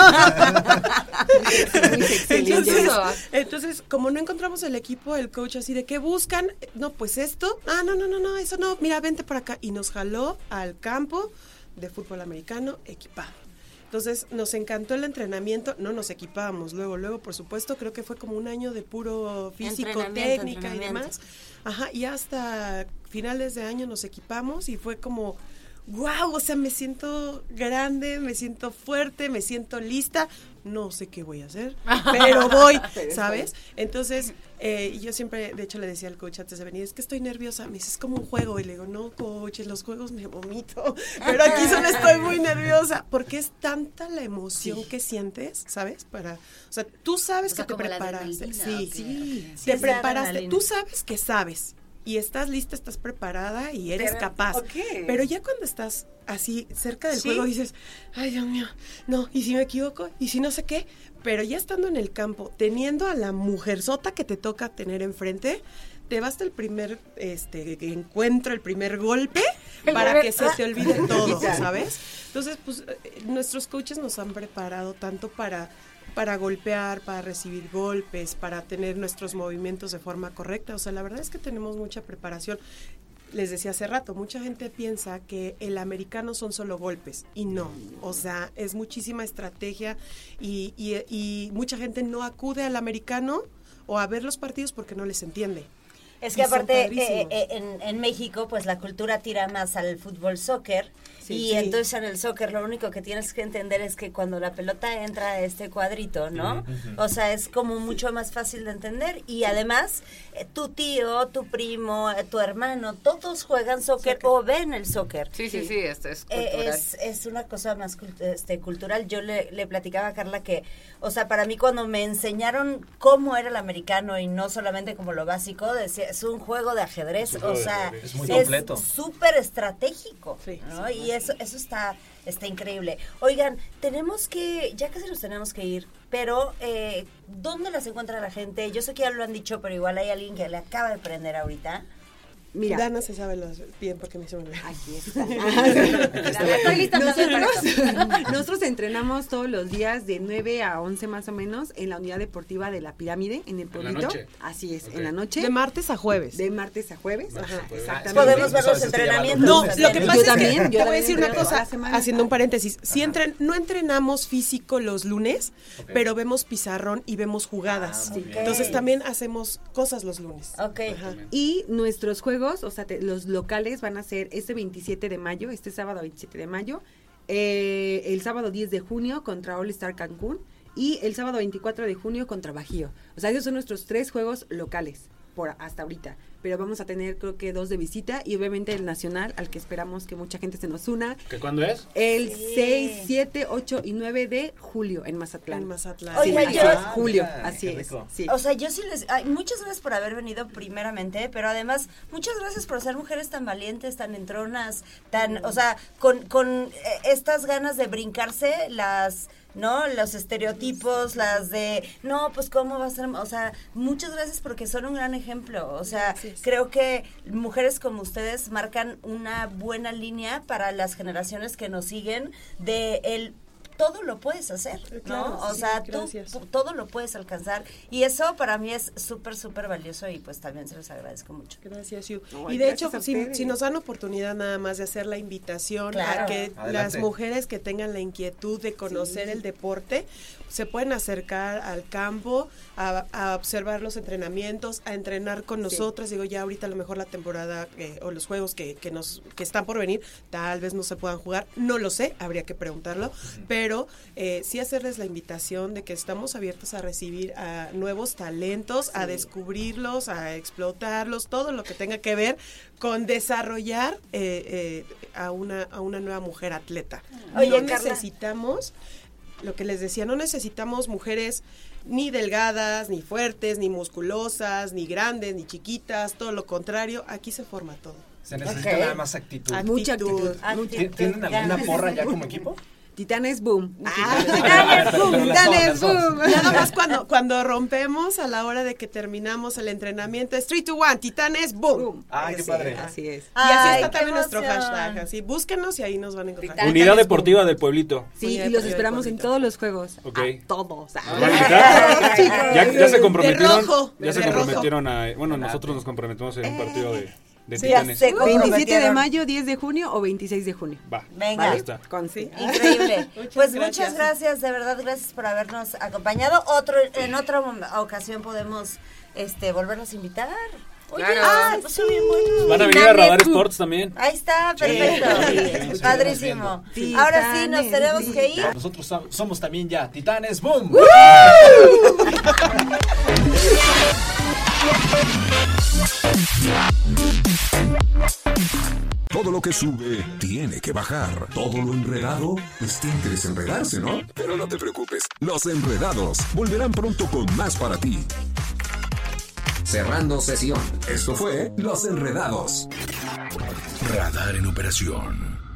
[SPEAKER 7] entonces, entonces, como no encontramos el equipo, el coach así de, ¿qué buscan? No, pues esto. Ah, no, no, no, no, eso no. Mira, vente por acá. Y nos jaló al campo de fútbol americano equipado. Entonces, nos encantó el entrenamiento. No nos equipábamos luego, luego, por supuesto. Creo que fue como un año de puro físico,
[SPEAKER 5] Entrenamiento,
[SPEAKER 7] técnica y
[SPEAKER 5] entrenamiento.
[SPEAKER 7] demás. Ajá, y hasta finales de año nos equipamos y fue como... Wow, o sea, me siento grande, me siento fuerte, me siento lista. No sé qué voy a hacer, pero voy, ¿sabes? Entonces, eh, yo siempre, de hecho, le decía al coach antes de venir, es que estoy nerviosa. Me dice, es como un juego. Y le digo, no, coach, en los juegos me vomito. Pero aquí solo estoy muy nerviosa. Porque es tanta la emoción sí. que sientes, ¿sabes? Para, o sea, tú sabes o sea, que te preparaste. Sí,
[SPEAKER 5] okay,
[SPEAKER 7] sí.
[SPEAKER 5] Okay.
[SPEAKER 7] Te
[SPEAKER 5] sí,
[SPEAKER 7] preparaste. Tú sabes que sabes. Y estás lista, estás preparada y eres
[SPEAKER 5] Pero,
[SPEAKER 7] capaz.
[SPEAKER 5] okay.
[SPEAKER 7] Pero ya cuando estás así cerca del
[SPEAKER 5] ¿Sí?
[SPEAKER 7] juego dices, ay, Dios mío, no, ¿y si me equivoco? ¿Y si no sé qué? Pero ya estando en el campo, teniendo a la mujerzota que te toca tener enfrente, te basta el primer este encuentro, el primer golpe, para que se te olvide todo, ¿sabes? Entonces, pues, eh, nuestros coaches nos han preparado tanto para... para golpear, para recibir golpes, para tener nuestros movimientos de forma correcta. O sea, la verdad es que tenemos mucha preparación. Les decía hace rato, mucha gente piensa que el americano son solo golpes, y no. O sea, es muchísima estrategia y, y, y mucha gente no acude al americano o a ver los partidos porque no les entiende.
[SPEAKER 5] Es que aparte eh, eh, en, en México pues la cultura tira más al fútbol soccer sí, y sí. entonces en el soccer lo único que tienes que entender es que cuando la pelota entra a este cuadrito, ¿no? Uh-huh. O sea, es como mucho más fácil de entender y además eh, tu tío, tu primo, eh, tu hermano, todos juegan soccer, soccer. o ven el soccer.
[SPEAKER 3] Sí, sí, sí, esto es cultural.
[SPEAKER 5] Eh, es, es una cosa más cult- este, cultural. Yo le, le platicaba a Carla que, o sea, para mí cuando me enseñaron cómo era el americano y no solamente como lo básico, decía es un juego de ajedrez, o sea,
[SPEAKER 8] es muy completo,
[SPEAKER 5] es súper estratégico,
[SPEAKER 7] sí,
[SPEAKER 5] ¿no?
[SPEAKER 7] sí,
[SPEAKER 5] Y eso eso está está increíble. Oigan, tenemos que, ya casi nos tenemos que ir, pero eh, ¿dónde las encuentra la gente? Yo sé que ya lo han dicho, pero igual hay alguien que le acaba de prender ahorita.
[SPEAKER 7] Mira. Dana se sabe los bien porque me hizo una.
[SPEAKER 5] Aquí está.
[SPEAKER 3] Estoy lista.
[SPEAKER 6] Nosotros, nosotros entrenamos todos los días de nueve a once más o menos en la unidad deportiva de la Pirámide, en el pueblito. Así es, okay. En la noche.
[SPEAKER 7] De martes a jueves.
[SPEAKER 6] De martes a jueves.
[SPEAKER 8] Martes
[SPEAKER 6] Ajá,
[SPEAKER 8] a jueves.
[SPEAKER 6] exactamente.
[SPEAKER 5] Podemos ver los entrenamientos.
[SPEAKER 7] No,
[SPEAKER 5] también.
[SPEAKER 7] lo que pasa
[SPEAKER 6] yo
[SPEAKER 7] es
[SPEAKER 6] también,
[SPEAKER 7] que
[SPEAKER 6] yo
[SPEAKER 7] te voy a decir una cosa, haciendo un paréntesis. Si entren, no entrenamos físico los lunes, okay. pero vemos pizarrón y vemos jugadas.
[SPEAKER 8] Ah,
[SPEAKER 7] okay. Entonces también hacemos cosas los lunes.
[SPEAKER 5] Ok.
[SPEAKER 7] Ajá.
[SPEAKER 6] Y nuestros juegos, o sea, te, los locales van a ser este veintisiete de mayo, este sábado veintisiete de mayo, eh, el sábado diez de junio contra All Star Cancún y el sábado veinticuatro de junio contra Bajío. O sea, esos son nuestros tres juegos locales por hasta ahorita. Pero vamos a tener creo que dos de visita y obviamente el nacional al que esperamos que mucha gente se nos una.
[SPEAKER 8] ¿Que cuándo es?
[SPEAKER 6] El
[SPEAKER 5] sí.
[SPEAKER 6] seis, siete, ocho y nueve de julio en Mazatlán.
[SPEAKER 7] En Mazatlán.
[SPEAKER 5] Oiga,
[SPEAKER 6] sí,
[SPEAKER 5] yo-
[SPEAKER 6] así es,
[SPEAKER 8] Ah,
[SPEAKER 6] julio,
[SPEAKER 8] mira,
[SPEAKER 6] así
[SPEAKER 8] qué
[SPEAKER 6] es.
[SPEAKER 8] rico.
[SPEAKER 6] Sí.
[SPEAKER 5] O sea, yo sí les... Ay, muchas gracias por haber venido primeramente, pero además, muchas gracias por ser mujeres tan valientes, tan entronas, tan... O sea, con, con eh, estas ganas de brincarse las... ¿no? Los estereotipos, las de, no, pues cómo va a ser, o sea, muchas gracias porque son un gran ejemplo, o sea,
[SPEAKER 7] Gracias.
[SPEAKER 5] creo que mujeres como ustedes marcan una buena línea para las generaciones que nos siguen de el todo lo puedes hacer, ¿no?
[SPEAKER 7] Claro,
[SPEAKER 5] o
[SPEAKER 7] sí,
[SPEAKER 5] sea, tú
[SPEAKER 7] gracias.
[SPEAKER 5] p- todo lo puedes alcanzar y eso para mí es súper, súper valioso y pues también se los agradezco mucho.
[SPEAKER 7] Gracias, Yu.
[SPEAKER 6] No,
[SPEAKER 7] y de
[SPEAKER 6] gracias
[SPEAKER 7] hecho,
[SPEAKER 6] a
[SPEAKER 7] si,
[SPEAKER 6] ustedes.
[SPEAKER 7] si nos dan oportunidad nada más de hacer la invitación
[SPEAKER 5] Claro.
[SPEAKER 7] a que
[SPEAKER 8] Adelante.
[SPEAKER 7] las mujeres que tengan la inquietud de conocer el deporte se pueden acercar al campo a, a observar los entrenamientos, a entrenar con nosotras. Digo, ya ahorita a lo mejor la temporada eh, o los juegos que, que nos que están por venir tal vez no se puedan jugar, no lo sé, habría que preguntarlo, uh-huh. pero eh, sí hacerles la invitación de que estamos abiertos a recibir a nuevos talentos, sí. a descubrirlos, a explotarlos, todo lo que tenga que ver con desarrollar eh, eh, a una a una nueva mujer atleta.
[SPEAKER 5] Oye,
[SPEAKER 7] no
[SPEAKER 5] Carla.
[SPEAKER 7] necesitamos, lo que les decía, no necesitamos mujeres ni delgadas, ni fuertes, ni musculosas, ni grandes, ni chiquitas, todo lo contrario, aquí se forma todo.
[SPEAKER 8] Se necesita
[SPEAKER 5] Ok.
[SPEAKER 8] nada más actitud.
[SPEAKER 7] Actitud.
[SPEAKER 6] Mucha actitud.
[SPEAKER 5] Actitud.
[SPEAKER 8] ¿Tienen alguna porra ya como equipo?
[SPEAKER 6] Titanes Boom.
[SPEAKER 5] Titanes
[SPEAKER 8] Boom,
[SPEAKER 6] Titanes
[SPEAKER 8] las dos, las
[SPEAKER 6] Boom.
[SPEAKER 7] Nada más cuando, cuando rompemos a la hora de que terminamos el entrenamiento, es three, two, one, Titanes, boom.
[SPEAKER 6] Boom.
[SPEAKER 8] Ah, qué
[SPEAKER 6] Sí,
[SPEAKER 8] padre.
[SPEAKER 6] Así es.
[SPEAKER 7] Y así
[SPEAKER 5] Ay,
[SPEAKER 7] está
[SPEAKER 5] qué
[SPEAKER 7] también nuestro
[SPEAKER 5] emoción.
[SPEAKER 7] hashtag, así, búsquenos y ahí nos van a encontrar.
[SPEAKER 6] Titanes
[SPEAKER 9] Unidad
[SPEAKER 6] Boom.
[SPEAKER 9] Deportiva del Pueblito.
[SPEAKER 6] Sí,
[SPEAKER 7] Unidad
[SPEAKER 6] y los
[SPEAKER 7] Deportiva
[SPEAKER 6] esperamos
[SPEAKER 7] del
[SPEAKER 6] en
[SPEAKER 7] Pueblito.
[SPEAKER 6] todos los juegos.
[SPEAKER 9] Ok.
[SPEAKER 6] A todos.
[SPEAKER 9] ¿Nos van a invitar? ya, ya se comprometieron.
[SPEAKER 7] rojo,
[SPEAKER 9] ya se
[SPEAKER 7] de rojo.
[SPEAKER 9] comprometieron a. Bueno, nosotros nos comprometimos en un partido de, de
[SPEAKER 5] Sí, ya
[SPEAKER 9] Titanes.
[SPEAKER 5] sé.
[SPEAKER 6] veintisiete de
[SPEAKER 5] comprometieron.
[SPEAKER 6] mayo, diez de junio o veintiséis de junio.
[SPEAKER 9] Va.
[SPEAKER 5] Venga.
[SPEAKER 9] Ahí está.
[SPEAKER 6] Con sí.
[SPEAKER 5] Increíble.
[SPEAKER 7] Muchas
[SPEAKER 5] Pues
[SPEAKER 7] gracias.
[SPEAKER 5] muchas gracias, de verdad, gracias por habernos acompañado. Otro, en otra mom- ocasión podemos este volverlos a invitar. Oye,
[SPEAKER 6] Claro.
[SPEAKER 5] ah, se puso bien bueno.
[SPEAKER 9] Van a venir a Radar Sports también.
[SPEAKER 5] Ahí está, perfecto.
[SPEAKER 8] sí, sí,
[SPEAKER 5] Padrísimo.
[SPEAKER 6] sí,
[SPEAKER 5] Ahora sí, nos
[SPEAKER 6] Titanes,
[SPEAKER 5] tenemos
[SPEAKER 6] sí.
[SPEAKER 5] que ir.
[SPEAKER 8] Nosotros so- somos también ya Titanes Boom.
[SPEAKER 1] Todo lo que sube tiene que bajar. Todo lo enredado, pues tiene que desenredarse, ¿no? Pero no te preocupes, los enredados volverán pronto con más para ti. Cerrando sesión. Esto fue Los Enredados.
[SPEAKER 10] Radar en operación.